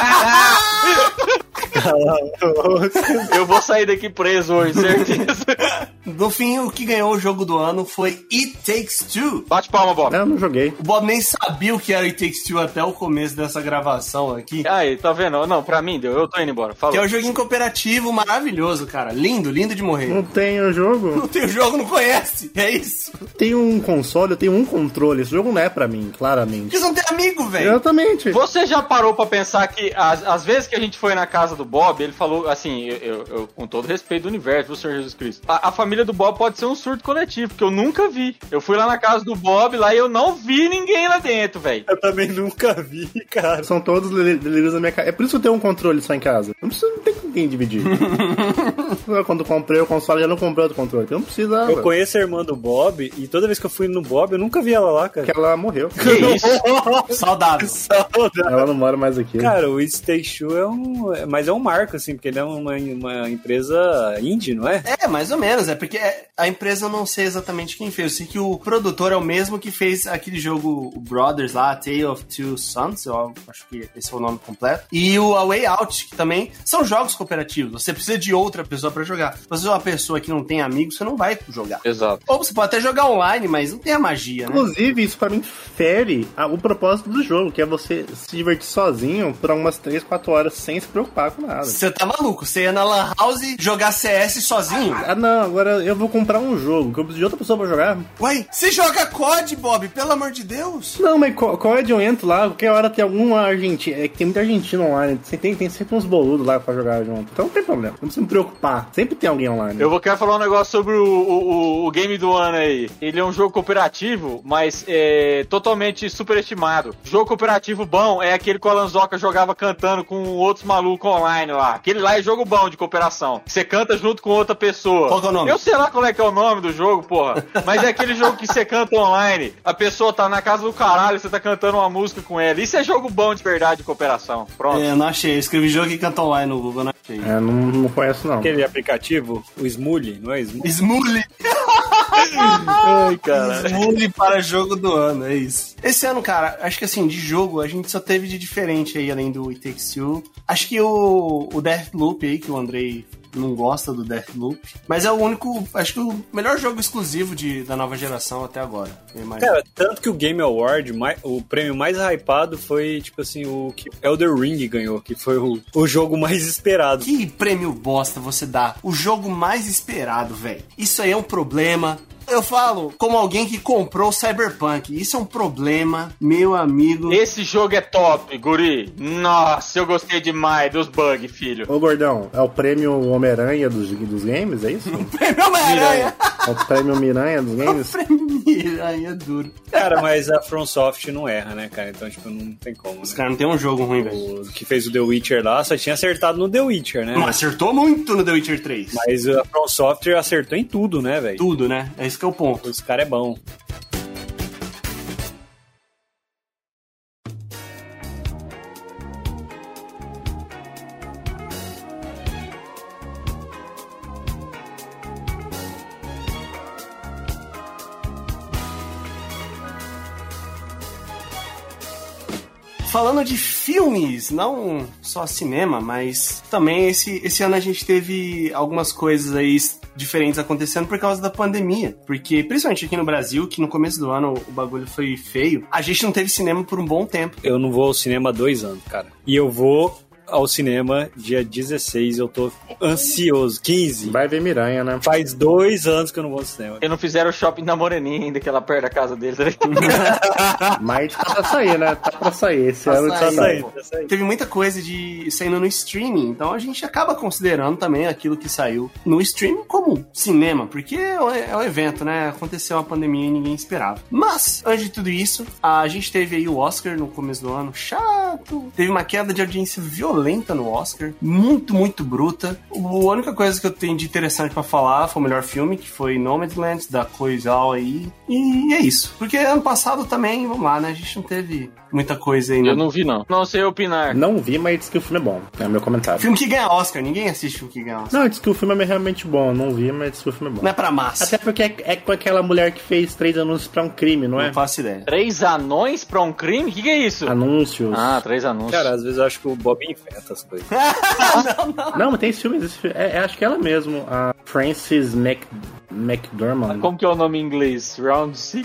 Eu vou sair daqui preso hoje, certeza. No fim, o que ganhou o jogo do ano foi It Takes Two. Bate palma, Bob. Não, eu não joguei. O Bob nem sabia o que era It Takes Two até o começo dessa gravação aqui. Aí, tá vendo? Não, pra mim deu. Eu tô indo embora. Fala. Que é um joguinho cooperativo maravilhoso, cara. Lindo, lindo de morrer. Não tem o jogo. Não tem o jogo, não conhece. É isso. Tem um console, eu tenho um controle. Esse jogo não é pra mim, claramente. Porque você não tem amigo, velho. Exatamente. Você já parou pra pensar que as, as vezes que a gente foi na casa do Bob, ele falou assim, eu, eu- eu, com todo respeito do universo, do Senhor Jesus Cristo, a, a família do Bob pode ser um surto coletivo, porque eu nunca vi. Eu fui lá na casa do Bob, lá e eu não vi ninguém lá dentro, velho. Eu também nunca vi, cara. São todos deli- delírios da minha casa. É por isso que eu tenho um controle só em casa. Não precisa, não tem com quem dividir. Eu, quando comprei o console, já não comprei outro controle. Eu não precisava. Eu conheço a irmã do Bob e toda vez que eu fui no Bob, eu nunca vi ela lá, cara. Porque ela morreu. Que isso? Saudável. Ela não mora mais aqui. Cara, o It Takes Two é um... é- Mas é um marco, assim, porque ele é uma, uma empresa indie, não é? É, mais ou menos. É porque é- a empresa eu não sei exatamente quem fez. Eu sei que o produtor é o mesmo que fez aquele jogo o Brothers lá, Tale of Two Sons, eu acho que esse é o nome completo. E o A Way Out, que também são jogos cooperativos. Você precisa de outra pessoa pra jogar. Se você é uma pessoa que não tem amigos, você não vai jogar. Exato. Ou você pode até jogar online, mas não tem a magia, né? Inclusive, isso pra mim fere a- o propósito do jogo, que é você se divertir sozinho por umas três, quatro horas sem se preocupar com nada. Você tá maluco. Você ia na Lan House jogar C S sozinho. Ah, não, agora eu vou comprar um jogo que eu preciso de outra pessoa pra jogar. Ué, você joga C O D, Bob, pelo amor de Deus. Não, mas qual, qual é de eu entro lá? Qualquer hora tem alguma argentina. É que tem muita argentina online. Tem, tem, tem sempre uns boludos lá pra jogar junto. Então não tem problema. Não precisa me preocupar. Sempre tem alguém online. Eu vou querer falar um negócio sobre o, o, o game do ano aí. Ele é um jogo cooperativo, mas é totalmente superestimado. Jogo cooperativo bom é aquele que o Alan Zoca jogava cantando com outros malucos online lá. Aquele lá é jogo bom de cooperação. Você canta junto com outra pessoa. Qual que é o nome? Eu sei lá qual é que é o nome do jogo, porra. Mas é aquele jogo que você canta online. A pessoa tá na casa do caralho, você tá cantando uma música com ela. Isso é jogo bom de verdade de cooperação. Pronto. É, eu não achei. Eu escrevi jogo e canta online no Google, não achei. É, não, não conheço não. Aquele aplicativo, o Smully, não é Smully? Smully. Ai, cara. Smully para jogo do ano, é isso. Esse ano, cara, acho que assim, de jogo, a gente só teve de diferente aí, além do It Takes Two. Acho que o, o Deathloop aí, que o Andrei não gosta do Deathloop, mas é o único, acho que o melhor jogo exclusivo de, da nova geração até agora. eu imagino. Cara, tanto que o Game Award, mai- o prêmio mais hypado foi, tipo assim, o que Elder Ring ganhou, que foi o, o jogo mais esperado. Que prêmio bosta você dá? O jogo mais esperado, velho. Isso aí é um problema. Eu falo como alguém que comprou o Cyberpunk. Isso é um problema, meu amigo. Esse jogo é top, guri. Nossa, eu gostei demais dos bugs, filho. Ô, Gordão, é o prêmio Homem-Aranha dos, dos games, é isso? Prêmio Homem-Aranha. É o prêmio Miranha dos games? Prêmio Miranha é duro. Cara, mas a FromSoft não erra, né, cara? Então, tipo, não tem como, Os né? caras não tem um jogo ruim, velho. O que fez o The Witcher lá só tinha acertado no The Witcher, né? Mas acertou muito no The Witcher três. Mas a From Software acertou em tudo, né, velho? Tudo, né? É isso que é o ponto. Os caras é bom. falando de filmes, não só cinema, mas também esse, esse ano a gente teve algumas coisas aí diferentes acontecendo por causa da pandemia. Porque, principalmente aqui no Brasil, que no começo do ano o bagulho foi feio, a gente não teve cinema por um bom tempo. Eu não vou ao cinema há dois anos, cara. E eu vou ao cinema dia dezesseis, eu tô ansioso. quinze. Vai ver Miranha, né? Faz dois anos que eu não vou ao cinema. Eu não fizeram o shopping da Moreninha ainda, que ela perto da casa deles. Mas tá pra sair, né? Tá pra sair. Esse Tá ano saindo, tá saindo. pô. Teve muita coisa de saindo no streaming, então a gente acaba considerando também aquilo que saiu no streaming como cinema, porque é um, é um evento, né? Aconteceu uma pandemia e ninguém esperava. Mas, antes de tudo isso, a gente teve aí o Oscar no começo do ano, chato. Teve uma queda de audiência violenta no Oscar, muito, muito bruta. A única coisa que eu tenho de interessante pra falar foi o melhor filme, que foi Nomadland, da Chloe Zhao aí, e é isso. Porque ano passado também, vamos lá, né? A gente não teve muita coisa aí. Eu não vi, não. Não sei opinar. Não vi, mas diz que o filme é bom. É o meu comentário. Filme que ganha Oscar, ninguém assiste filme que ganha Oscar. Não, diz que o filme é realmente bom. Não vi, mas diz que o filme é bom. Não é pra massa. Até porque é, é com aquela mulher que fez três anúncios pra um crime, não é? Não faço ideia. Três anões pra um crime? O que, que é isso? Anúncios. Ah, três anúncios. Cara, às vezes eu acho que o Bob inventa as coisas. não, não. Não, mas tem esse filme. Esse filme é, é, acho que ela mesmo. A Frances Mac, McDormand. Como que é o nome em inglês? Round Six?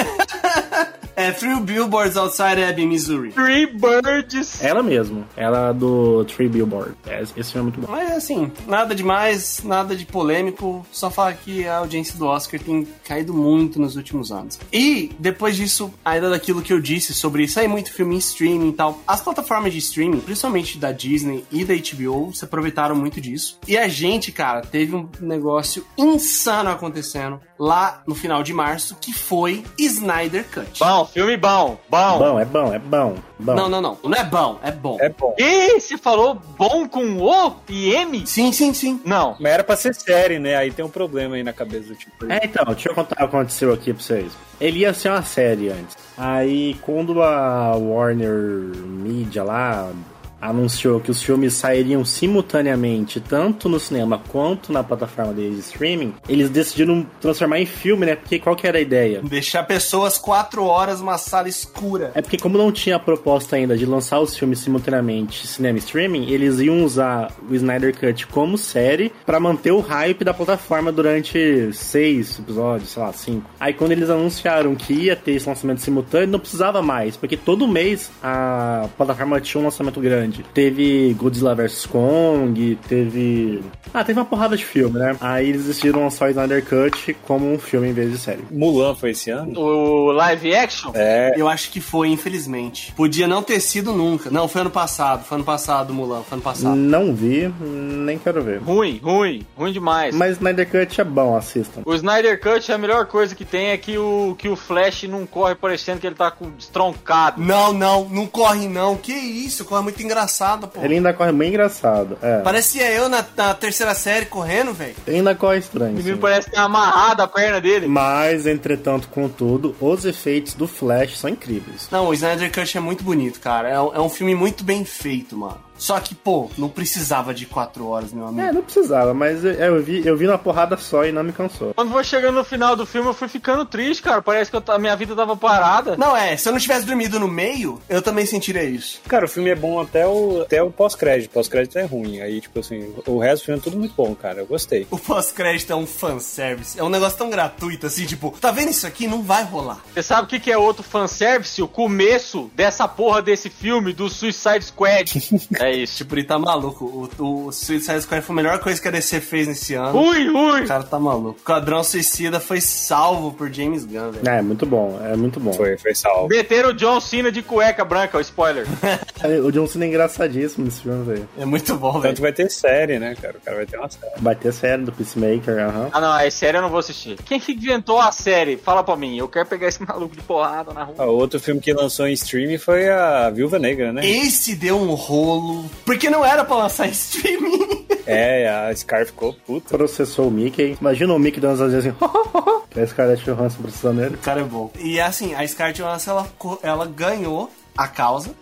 É Three Billboards Outside Ebbing, Missouri. Three Birds. Ela mesmo. Ela do Three Billboard. É, esse filme é muito bom. Mas assim, nada demais, nada de polêmico, só falar que a audiência do Oscar tem caído muito nos últimos anos. E, depois disso, ainda daquilo que eu disse sobre sair muito filme em streaming e tal, as plataformas de streaming, principalmente da Disney e da H B O, se aproveitaram muito disso. E a gente, cara, teve um negócio insano acontecendo lá no final de março, que foi Snyder Cut. Bom, filme bom, bom. Bom, é bom, é bom. bom. Não, não, não. Não é bom, é bom. É bom. E você falou bom com O e M? Sim, sim, sim. Não. Mas era pra ser série, né? Aí tem um problema aí na cabeça do tipo. É, então, deixa eu contar o que aconteceu aqui pra vocês. Ele ia ser uma série antes. Aí, quando a Warner Media lá anunciou que os filmes sairiam simultaneamente, tanto no cinema quanto na plataforma deles de streaming, eles decidiram transformar em filme, né? Porque qual que era a ideia? Deixar pessoas quatro horas numa sala escura. É porque como não tinha a proposta ainda de lançar os filmes simultaneamente cinema e streaming, eles iam usar o Snyder Cut como série pra manter o hype da plataforma durante seis episódios, sei lá, cinco. Aí quando eles anunciaram que ia ter esse lançamento simultâneo, não precisava mais, porque todo mês a plataforma tinha um lançamento grande. Teve Godzilla versus. Kong, teve... Ah, teve uma porrada de filme, né? Aí eles decidiram lançar o Snyder Cut como um filme em vez de série. Mulan foi esse ano? O live action? É. Eu acho que foi, infelizmente. Podia não ter sido nunca. Não, foi ano passado. Foi ano passado, Mulan. Foi ano passado. Não vi, nem quero ver. Ruim, ruim. Ruim demais. Mas Snyder Cut é bom, assistam. O Snyder Cut, a melhor coisa que tem é que o, que o Flash não corre parecendo que ele tá com estroncado. Não, não. Não corre, não. Que isso? Corre muito engraçado, pô. Ele ainda corre bem engraçado. É. Parecia eu na, na terceira série correndo, velho. Ele ainda corre estranho. O menino Sim. parece que tá amarrado a perna dele. Mas, entretanto, contudo, os efeitos do Flash são incríveis. Não, o Snyder Cut é muito bonito, cara. É, um- é um filme muito bem feito, mano. Só que, pô, não precisava de quatro horas, meu amigo. É, não precisava, mas eu, eu vi, eu vi uma porrada só e não me cansou. Quando foi chegando no final do filme, eu fui ficando triste, cara. Parece que eu, ta- a minha vida tava parada. Não, é, se eu não tivesse dormido no meio, eu também sentiria isso. Cara, o filme é bom até o, até o pós-crédito. Pós-crédito é ruim. Aí, tipo assim, o resto do filme é tudo muito bom, cara. Eu gostei. O pós-crédito é um fanservice. É um negócio tão gratuito, assim, tipo, tá vendo isso aqui? Não vai rolar. Você sabe o que, que é outro fanservice? O começo dessa porra desse filme, do Suicide Squad. É isso. Tipo, ele tá maluco. O, o Suicide Squad foi a melhor coisa que a D C fez nesse ano. Ui, ui. O cara tá maluco. O Quadrão Suicida foi salvo por James Gunn, velho. É, é muito bom, é muito bom. Foi, foi salvo. Meteram o John Cena de cueca branca, o spoiler. O John Cena é engraçadíssimo nesse filme, velho. É muito bom, Tanto velho. vai ter série, né, cara? O cara vai ter uma série. Vai ter série do Peacemaker, aham. Ah, não, é série, eu não vou assistir. Quem que inventou a série? Fala pra mim. Eu quero pegar esse maluco de porrada na rua. Ah, outro filme que lançou em streaming foi a Viúva Negra, né? Esse deu um rolo. Porque não era pra lançar em streaming. É, a Scar ficou puta. Processou o Mickey. Imagina o Mickey dando as vezes assim, que a Scarlett Johansson processando ele. O cara é bom. E assim, a Scarlett Johansson, ela, co- ela ganhou a causa.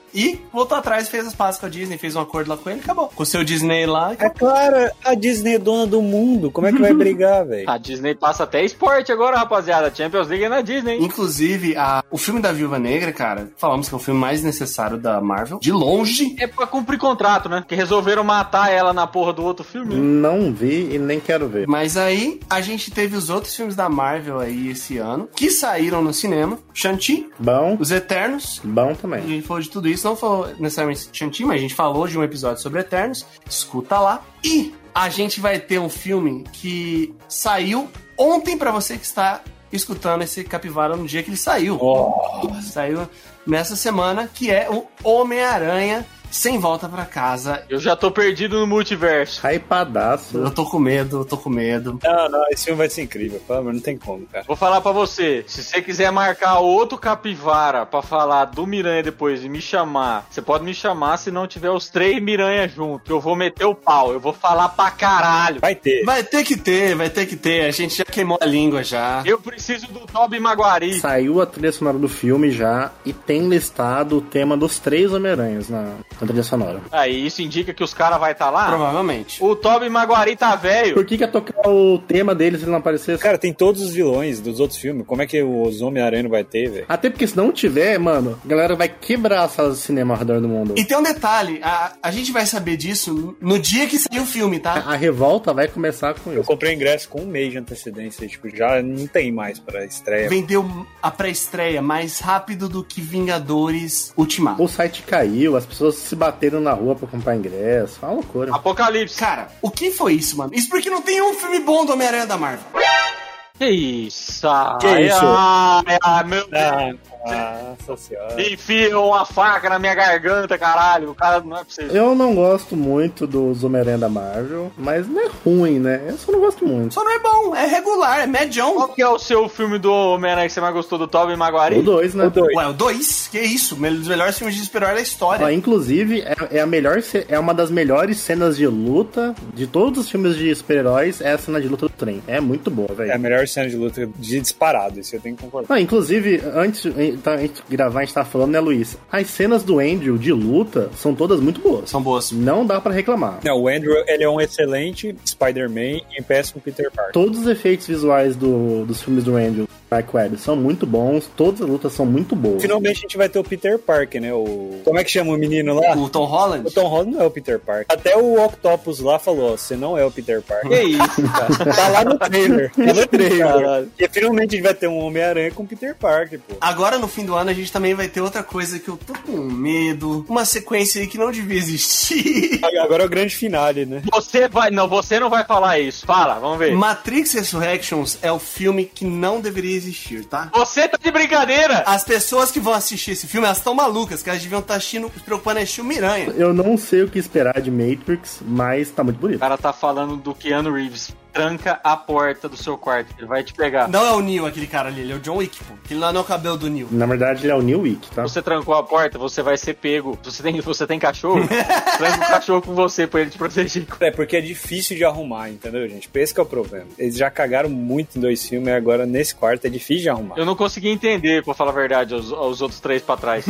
e voltou atrás, fez as pazes com a Disney, fez um acordo lá com ele, acabou. Com o seu Disney lá. É claro, a Disney é dona do mundo. Como é que vai brigar, velho? A Disney passa até esporte agora, rapaziada. Champions League é na Disney. Inclusive, a, o filme da Viúva Negra, cara, falamos que é o filme mais necessário da Marvel. De longe. É pra cumprir contrato, né? Porque resolveram matar ela na porra do outro filme. Não vi e nem quero ver. Mas aí, a gente teve os outros filmes da Marvel aí esse ano, que saíram no cinema. Shang-Chi. Bom. Os Eternos. Bom A também. gente falou de tudo isso, não falou necessariamente Shang-Chi, mas a gente falou de um episódio sobre Eternos. Escuta lá. E a gente vai ter um filme que saiu ontem pra você que está escutando esse Capivara no dia que ele saiu. Oh. Saiu nessa semana, que é o Homem-Aranha Sem Volta Pra Casa. Eu já tô perdido no multiverso. Hypadaço. Eu tô com medo, eu tô com medo. Não, não, esse filme vai ser incrível, pelo amor, não tem como, cara. Vou falar pra você, se você quiser marcar outro Capivara pra falar do Miranha depois e me chamar, você pode me chamar se não tiver os três Miranha juntos. Eu vou meter o pau, eu vou falar pra caralho. Vai ter. Vai ter que ter, vai ter que ter. A gente já queimou a língua já. Eu preciso do Tobey Maguire. Saiu a trilha sonora do filme já e tem listado o tema dos três Homem-Aranhas na, na trilha sonora. Aí isso indica que os caras vão estar lá? Provavelmente. O Tobey Maguire tá velho. Por que que ia tocar o tema deles se ele não aparecesse? Cara, tem todos os vilões dos outros filmes. Como é que os Homem-Aranha não vai ter, velho? Até porque se não tiver, mano, a galera vai quebrar as salas de cinema ao redor do mundo. E tem um detalhe, a, a gente vai saber disso no dia que sair o filme, tá? A revolta vai começar com Eu isso. comprei o ingresso com um mês de antecedência, tipo, já não tem mais pra estreia. Vendeu a pré-estreia mais rápido do que Vingadores Ultimato. O site caiu, as pessoas se bateram na rua pra comprar ingresso. É uma loucura. Apocalipse. Cara, o que foi isso, mano? Isso porque não tem um filme bom do Homem-Aranha da Marvel. Que isso? Ah, Que isso? Ai, ai, meu Deus. Ah, nossa senhora. Enfiam uma faca na minha garganta, caralho. O cara não é possível. Eu não gosto muito dos Homem-Aranha da Marvel, mas não é ruim, né? Eu só não gosto muito. Só não é bom, é regular, é medião. Qual que é o seu filme do Homem-Aranha que você mais gostou, do Tobey Maguire? O dois, né? O dois. Ué, o dois? Que isso? Um dos melhores filmes de super-herói da história. Ó, inclusive, é, é a melhor, ce- é uma das melhores cenas de luta de todos os filmes de super-heróis, é a cena de luta do trem. É muito boa, velho. É a melhor cena de luta de disparado, isso eu tenho que concordar. Ah, inclusive, antes então, antes de gravar, a gente tava falando, né, Luiz? As cenas do Andrew de luta são todas muito boas. São boas. Não dá pra reclamar. Não, o Andrew, ele é um excelente Spider-Man e um péssimo Peter Parker. Todos os efeitos visuais do, dos filmes do Andrew Dark Web são muito bons, todas as lutas são muito boas. Finalmente a gente vai ter o Peter Parker, né? O... Como é que chama o menino lá? O Tom Holland? O Tom Holland não é o Peter Parker. Até o Octopus lá falou, ó, você não é o Peter Parker. Que isso, cara? Tá lá no trailer. Tá no trailer. Caralho. E finalmente a gente vai ter um Homem-Aranha com Peter Parker, pô. Agora, no fim do ano, a gente também vai ter outra coisa que eu tô com medo. Uma sequência aí que não devia existir. Agora é o grande finale, né? Você vai... Não, você não vai falar isso. Fala, vamos ver. Matrix Resurrections é o filme que não deveria existir, tá? Você tá de brincadeira? As pessoas que vão assistir esse filme, elas estão malucas, que elas deviam estar assistindo, se preocupando em assistir o Miranha. Eu não sei o que esperar de Matrix, mas tá muito O bonito. cara tá falando do Keanu Reeves. Tranca a porta do seu quarto, ele vai te pegar. Não é o Neo aquele cara ali, ele é o John Wick, pô. Aquele lá não é o cabelo do Neo. Na verdade, ele é o New Wick, tá? Você trancou a porta, você vai ser pego. Você tem, você tem cachorro? Tranca o cachorro com você pra ele te proteger. É porque é difícil de arrumar, entendeu, gente? Esse que é o problema. Eles já cagaram muito em dois filmes e agora nesse quarto é difícil de arrumar. Eu não consegui entender, pra falar a verdade, os, os outros três pra trás.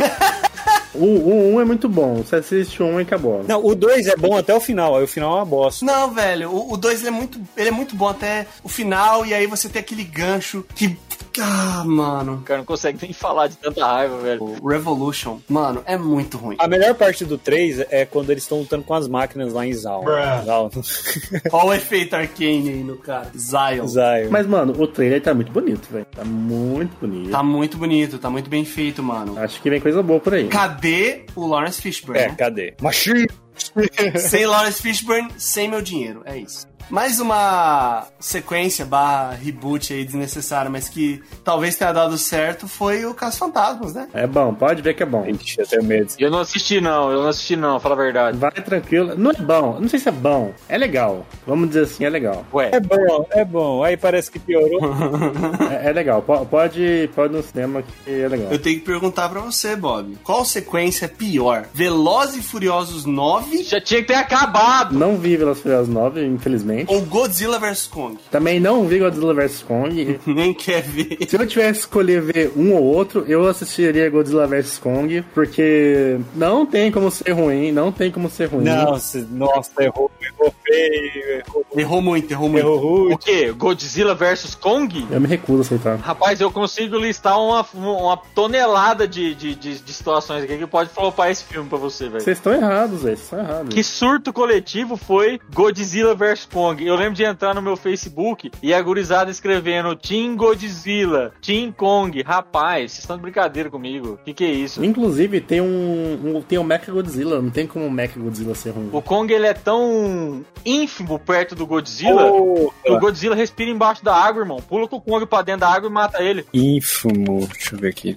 O um, um é muito bom, você assiste um e acabou. Não, o dois é bom até o final, aí o final é uma bosta. Não, velho, o dois ele é muito, ele é muito bom até o final, e aí você tem aquele gancho que... Ah, mano. O cara não consegue nem falar de tanta raiva, velho. O Revolution, mano, é muito ruim. A melhor parte do três é quando eles estão lutando com as máquinas lá em Zaun. Zaun. Olha o efeito Arcane aí no cara. Zion. Zion. Mas, mano, o trailer tá muito bonito, velho. Tá muito bonito. Tá muito bonito, tá muito bem feito, mano. Acho que vem coisa boa por aí. Cadê o Lawrence Fishburne? É, né? cadê? Machine! Sem Lawrence Fishburne, sem meu dinheiro. É isso. Mais uma sequência barra reboot aí desnecessária, mas que talvez tenha dado certo, foi o Caso Fantasmas, né? É bom, pode ver que é bom. Ixi, eu tenho medo. Eu não assisti, não. Eu não assisti, não. Fala a verdade. Vai tranquilo. Não é bom, não sei se é bom. É legal. Vamos dizer assim, é legal. Ué. É bom, é bom. Aí parece que piorou. É, é legal. Po- Pode, pode ir no cinema que é legal. Eu tenho que perguntar pra você, Bob. Qual sequência é pior? Velozes e Furiosos nove? Já tinha que ter acabado. Não vi Velozes e Furiosos nove, infelizmente. excelente. Ou Godzilla versus. Kong. Também não vi Godzilla versus. Kong. Nem quer ver. Se eu tivesse que escolher ver um ou outro, eu assistiria Godzilla versus. Kong, porque não tem como ser ruim, não tem como ser ruim. Não, se, nossa, errou, errou feio, errou, errou muito, errou muito. Errou muito. O quê? Godzilla versus. Kong? Eu me recuso a aceitar. Rapaz, eu consigo listar uma, uma tonelada de, de, de, de situações aqui que pode flopar esse filme pra você, velho. Vocês estão errados, velho. Vocês estão errados. Que surto coletivo foi Godzilla versus. Kong? Eu lembro de entrar no meu Facebook e a gurizada escrevendo Team Godzilla, Team Kong. Rapaz, vocês estão de brincadeira comigo. Que que é isso? Inclusive, tem um, um tem um Mechagodzilla. Não tem como o Mechagodzilla ser ruim. O Kong, ele é tão ínfimo perto do Godzilla oh, que o Godzilla respira embaixo da água, irmão. Pula com o Kong pra dentro da água e mata ele. Ínfimo. Deixa eu ver aqui.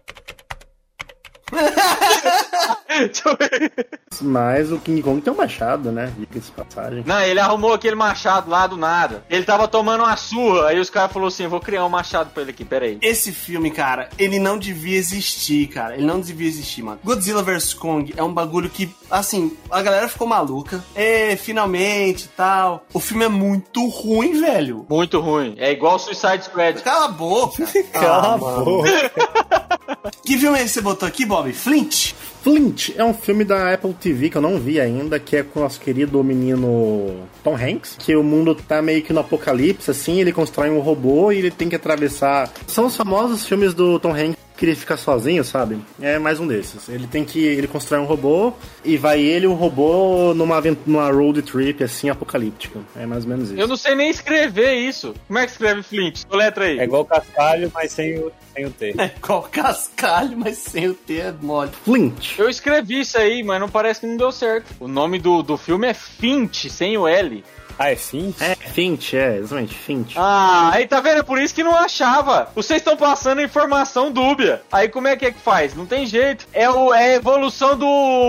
Mas o King Kong tem um machado, né? Dica de passagem. Não, ele arrumou aquele machado lá do nada. Ele tava tomando uma surra, aí os caras falaram assim, eu vou criar um machado pra ele aqui, peraí. Esse filme, cara, ele não devia existir, cara. Ele não devia existir, mano. Godzilla versus. Kong é um bagulho que, assim, a galera ficou maluca. É, finalmente e tal. O filme é muito ruim, velho. Muito ruim. É igual Suicide Squad. Cala a boca. Cala ah, a boca. Que filme é esse que você botou aqui, Bob? Flint? Flint é um filme da Apple T V que eu não vi ainda, que é com o nosso querido menino Tom Hanks, que o mundo tá meio que no apocalipse, assim, ele constrói um robô e ele tem que atravessar... São os famosos filmes do Tom Hanks que ele fica sozinho, sabe? É mais um desses. Ele tem que... Ele constrói um robô e vai ele e o robô numa, numa road trip, assim, apocalíptica. É mais ou menos isso. Eu não sei nem escrever isso. Como é que escreve Flint? Letra aí. É igual Cascalho, mas sem o, sem o T. É igual Cascalho, mas sem o T é mole. Flint. Eu escrevi isso aí, mas não parece que não deu certo. O nome do, do filme é Fint, sem o L. Ah, é Fint? É, Fint, é, exatamente, Fint. Ah, aí tá vendo? É por isso que não achava. Vocês estão passando informação dúbia. Aí como é que é que faz? Não tem jeito. É, o, é a evolução do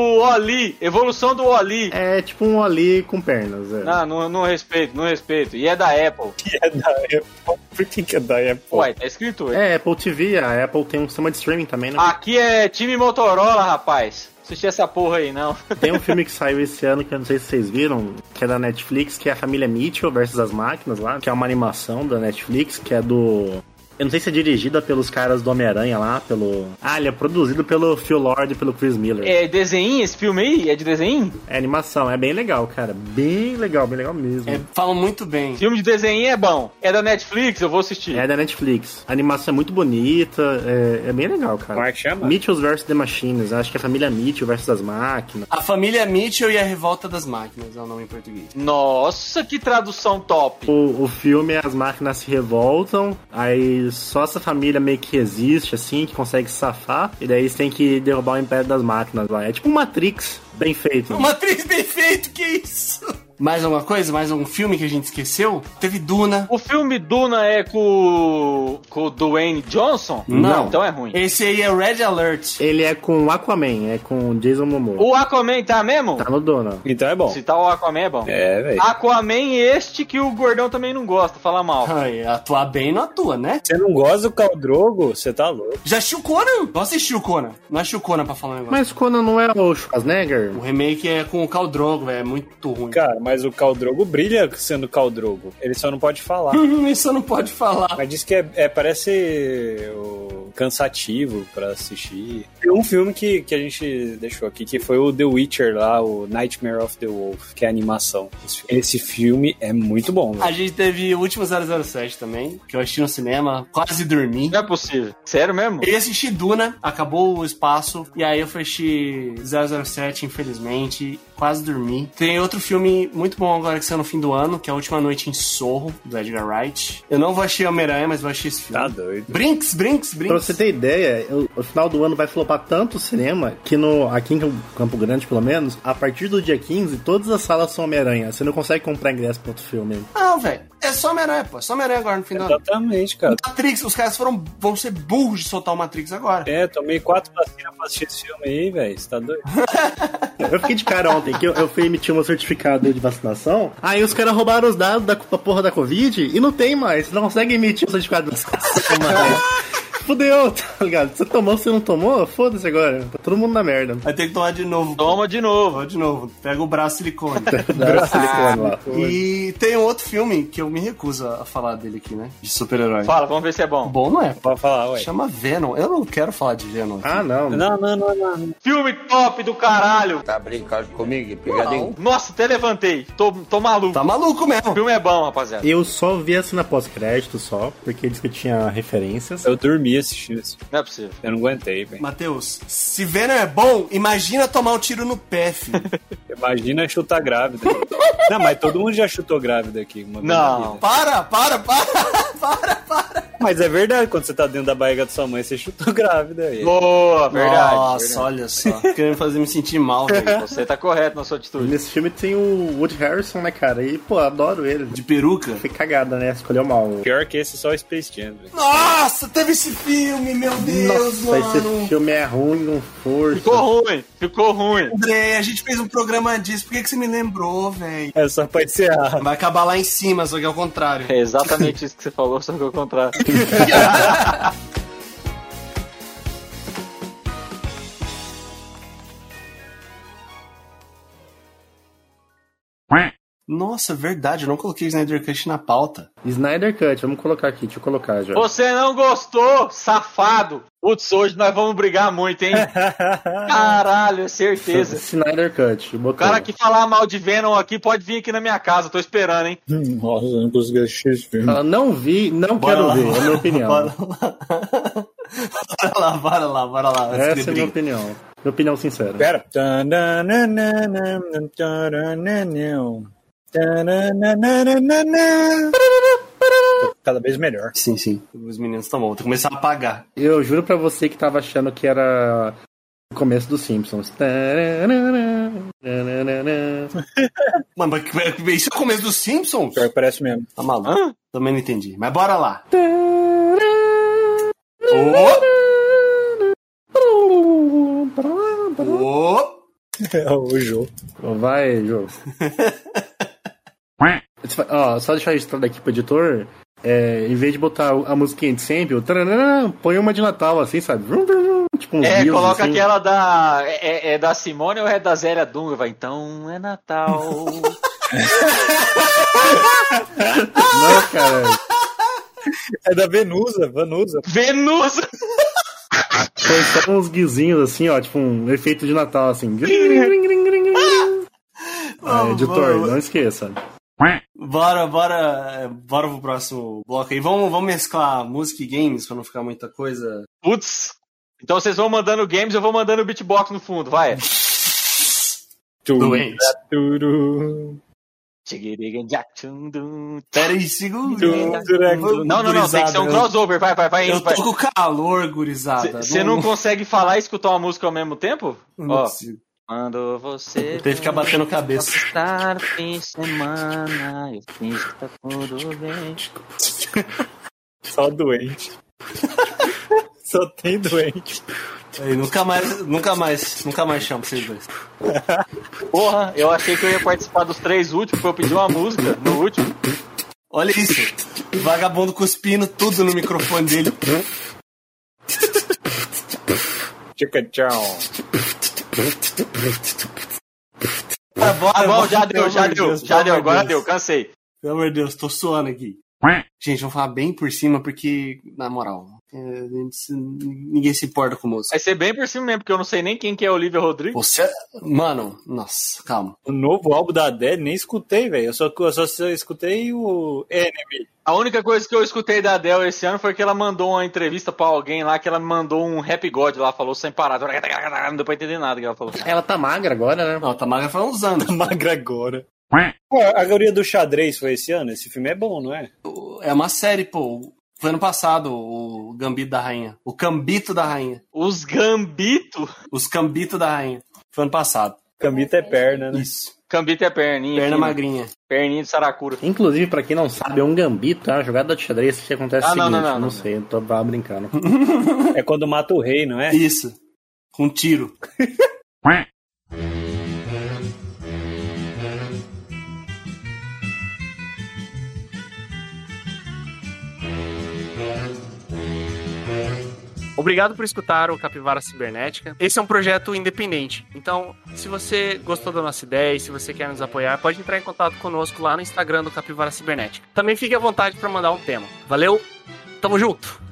Oli. Evolução do Oli. É tipo um Oli com pernas, é. Ah, não, não respeito, não respeito. E é da Apple. E é da Apple. Por que que é da Apple? Ué, tá escrito aí. É, Apple T V, a Apple tem um sistema de streaming também, né? Aqui é time Motorola, rapaz. Assisti essa porra aí, não. Tem um filme que saiu esse ano, que eu não sei se vocês viram, que é da Netflix, que é a Família Mitchell versus as Máquinas lá, que é uma animação da Netflix, que é do... Eu não sei se é dirigida pelos caras do Homem-Aranha lá, pelo... Ah, ele é produzido pelo Phil Lord e pelo Chris Miller. É desenho esse filme aí? É de desenho? É animação, é bem legal, cara. Bem legal, bem legal mesmo. É, falam muito bem. Filme de desenho é bom. É da Netflix, eu vou assistir. É da Netflix. A animação é muito bonita, é, é bem legal, cara. Como é que chama? Mitchells versus The Machines. Acho que é a família Mitchell versus as máquinas. A família Mitchell e a Revolta das Máquinas é o nome em português. Nossa, que tradução top. O, o filme, as máquinas se revoltam, aí só essa família meio que resiste, assim, que consegue se safar, e daí eles têm que derrubar o Império das Máquinas lá. É tipo um Matrix bem feito. Matrix bem feito, que isso? Mais alguma coisa? Mais algum filme que a gente esqueceu? Teve Duna. O filme Duna é com, com o Dwayne Johnson? Não. Então é ruim. Esse aí é Red Alert. Ele é com Aquaman, é com Jason Momoa. O Aquaman tá mesmo? Tá no Duna. Então é bom. Se tá o Aquaman é bom. É, velho. Aquaman este que o gordão também não gosta, fala mal. Ai, atuar bem não atua, né? Você não gosta do Khal Drogo? Você tá louco. Já assistiu Conan? Não assistiu Conan. Não assistiu Conan pra falar um negócio. Mas quando não é o Schwarzenegger? O remake é com o Khal Drogo, velho. É muito ruim. Cara, mas o Khal Drogo brilha sendo Khal Drogo. Ele só não pode falar. Isso não pode falar. Mas diz que é, é parece o, cansativo pra assistir. Tem um filme que, que a gente deixou aqui, que foi o The Witcher lá, o Nightmare of the Wolf, que é animação. Esse, esse filme é muito bom, velho. A gente teve o último zero zero sete também, que eu assisti no cinema, quase dormi. Não é possível. Sério mesmo? Eu ia assistir Duna, acabou o espaço, e aí eu fui assistir zero zero sete, infelizmente, quase dormi. Tem outro filme muito bom agora que saiu no fim do ano, que é A Última Noite em Sorro, do Edgar Wright. Eu não vou assistir Homem-Aranha, mas vou assistir esse filme. Tá doido. Brinks, Brinks, Brinks. Pra você ter ideia, eu, o final do ano vai flopar tanto o cinema que no, aqui em Campo Grande, pelo menos, a partir do dia quinze, todas as salas são Homem-Aranha. Você não consegue comprar ingresso pra outro filme. Não, velho. É só Homem-Aranha, pô. É só Homem-Aranha agora no fim do ano. Exatamente, cara. Matrix, os caras foram, vão ser burros de soltar o Matrix agora. É, tomei quatro vacinas pra assistir esse filme aí, velho. Você tá doido? Eu fiquei de cara ontem, que eu, eu fui emitir meu certificado de vacinação, aí os caras roubaram os dados da, da porra da Covid e não tem mais. Você não consegue emitir o certificado de vacinação mais. fudeu, tá ligado? Você tomou, você não tomou? Foda-se agora. Tá todo mundo na merda. Vai ter que tomar de novo. Toma de novo. Toma de novo. Pega o braço silicone. Braço silicone lá. E tem um outro filme que eu me recuso a falar dele aqui, né? De super-herói. Fala, vamos ver se é bom. Bom não é? Pode falar, ué. Chama Venom. Eu não quero falar de Venom aqui. Ah, não. Não, não, não, não. Filme top do caralho. Tá brincando comigo, pegadinho? Nossa, até levantei. Tô, tô maluco. Tá maluco mesmo. O filme é bom, rapaziada. Eu só vi a cena pós-crédito só, porque disse que tinha referências. Eu dormi assistindo isso. Não é possível. Eu não aguentei, velho. Matheus, se Venom é bom, imagina tomar um tiro no pé, filho. Imagina chutar grávida. Não, mas todo mundo já chutou grávida aqui. Uma vez na Não. vida. Para, para, para, para, para. Mas é verdade, quando você tá dentro da barriga da sua mãe, você chutou grávida. Aí. Boa, verdade. Nossa, verdade. olha só. Querendo fazer me sentir mal, velho. Você tá correto na sua atitude. Nesse filme tem o Woody Harrison, né, cara? E, pô, adoro ele. De peruca? Foi cagada, né? Escolheu mal. Pior que esse, só o Space Jam, velho. Nossa, teve esse filme, meu Deus, Nossa, mano. esse filme é ruim, não força. Ficou ruim, ficou ruim. André, a gente fez um programa disso. Por que, que você me lembrou, velho? É só pra encerrar. Vai acabar lá em cima, só que é o contrário. É exatamente isso que você falou, só que ao contrário. Nossa, verdade, eu não coloquei o Snyder Cut na pauta. Snyder Cut, vamos colocar aqui, deixa eu colocar já. Você não gostou, safado? Putz, hoje nós vamos brigar muito, hein? Caralho, é certeza. Snyder Cut, O botou. cara que falar mal de Venom aqui pode vir aqui na minha casa, tô esperando, hein? Nossa, eu não consegui assistir esse filme. Ah, não vi, não Bora quero lá. ver, é a minha opinião. Bora lá. Bora lá, bora lá, bora lá. antes Essa de é a minha briga. opinião. Minha opinião sincera. Pera. Cada vez melhor. Sim, sim. Os meninos estão bom. Vou começar a apagar. Eu juro pra você que tava achando que era o começo dos Simpsons. Mano, mas isso é o começo dos Simpsons? Pior que parece mesmo. Tá maluco? Hã? Também não entendi. Mas bora lá. Ô! Ô! É o jogo. Vai, jogo. Ó, só deixar registrado aqui pro editor. É, em vez de botar a musiquinha de sempre, o taranã, põe uma de Natal, assim, sabe? Tipo uns É, rios, coloca assim. aquela da. É, é da Simone ou é da Zélia Dunga? Vai, então é Natal. Não, cara. É da Venusa, Vanusa. Venusa! Põe só uns guizinhos, assim, ó, tipo um efeito de Natal, assim. Ah, editor, não esqueça. Bora, bora, bora pro próximo bloco aí. Vamos, vamos mesclar música e games pra não ficar muita coisa. Putz. Então vocês vão mandando games, eu vou mandando beatbox no fundo, vai. Doente. Pera aí, segura. Não, não, não, tem que ser um crossover, vai, vai, vai. Eu vai. tô com calor, gurizada. Você não consegue falar e escutar uma música ao mesmo tempo? Não Ó. consigo. Quando você. Eu tenho que ficar batendo cabeça. Estar no fim de semana, eu finge que tá tudo bem. Só doente. Só tem doente. Aí, nunca mais, nunca mais, nunca mais chamo vocês dois. Porra, eu achei que eu ia participar dos três últimos, porque eu pedi uma música no último. Olha isso. Vagabundo cuspindo tudo no microfone dele. Tchica tchau. Tá bom, Tá bom, já deu, já deu, Deus, já pelo deu, amor de agora Deus. deu, cansei. Pelo amor de Deus, tô suando aqui. Gente, vamos falar bem por cima, porque, na moral, é, ninguém se importa com música. Vai ser bem por cima mesmo, porque eu não sei nem quem que é Olivia Rodrigo. Você. Mano, nossa, calma. O novo álbum da Adele, nem escutei, velho. Eu só, eu só escutei o Enemy. A única coisa que eu escutei da Adele esse ano foi que ela mandou uma entrevista pra alguém lá, que ela me mandou um rap god lá, falou sem parar. Não deu pra entender nada que ela falou. Ela tá magra agora, né? Não, tá magra faz uns anos. Magra agora. Pô, a Garoria do Xadrez foi esse ano? Esse filme é bom, não é? É uma série, pô. Foi ano passado, o Gambito da Rainha. O Cambito da Rainha. Os Gambito? Os Cambito da Rainha. Foi ano passado. Cambito é perna, né? Isso. Cambito é perninha. Perna filho. magrinha. Perninha de saracura. Inclusive, pra quem não sabe, é um gambito, é uma jogada de xadrez que acontece Ah, o seguinte, não, não, não, não, não. sei, eu tô tava brincando. É quando mata o rei, não é? Isso. Com tiro. Obrigado por escutar o Capivara Cibernética. Esse é um projeto independente. Então, se você gostou da nossa ideia e se você quer nos apoiar, pode entrar em contato conosco lá no Instagram do Capivara Cibernética. Também fique à vontade para mandar um tema. Valeu, tamo junto!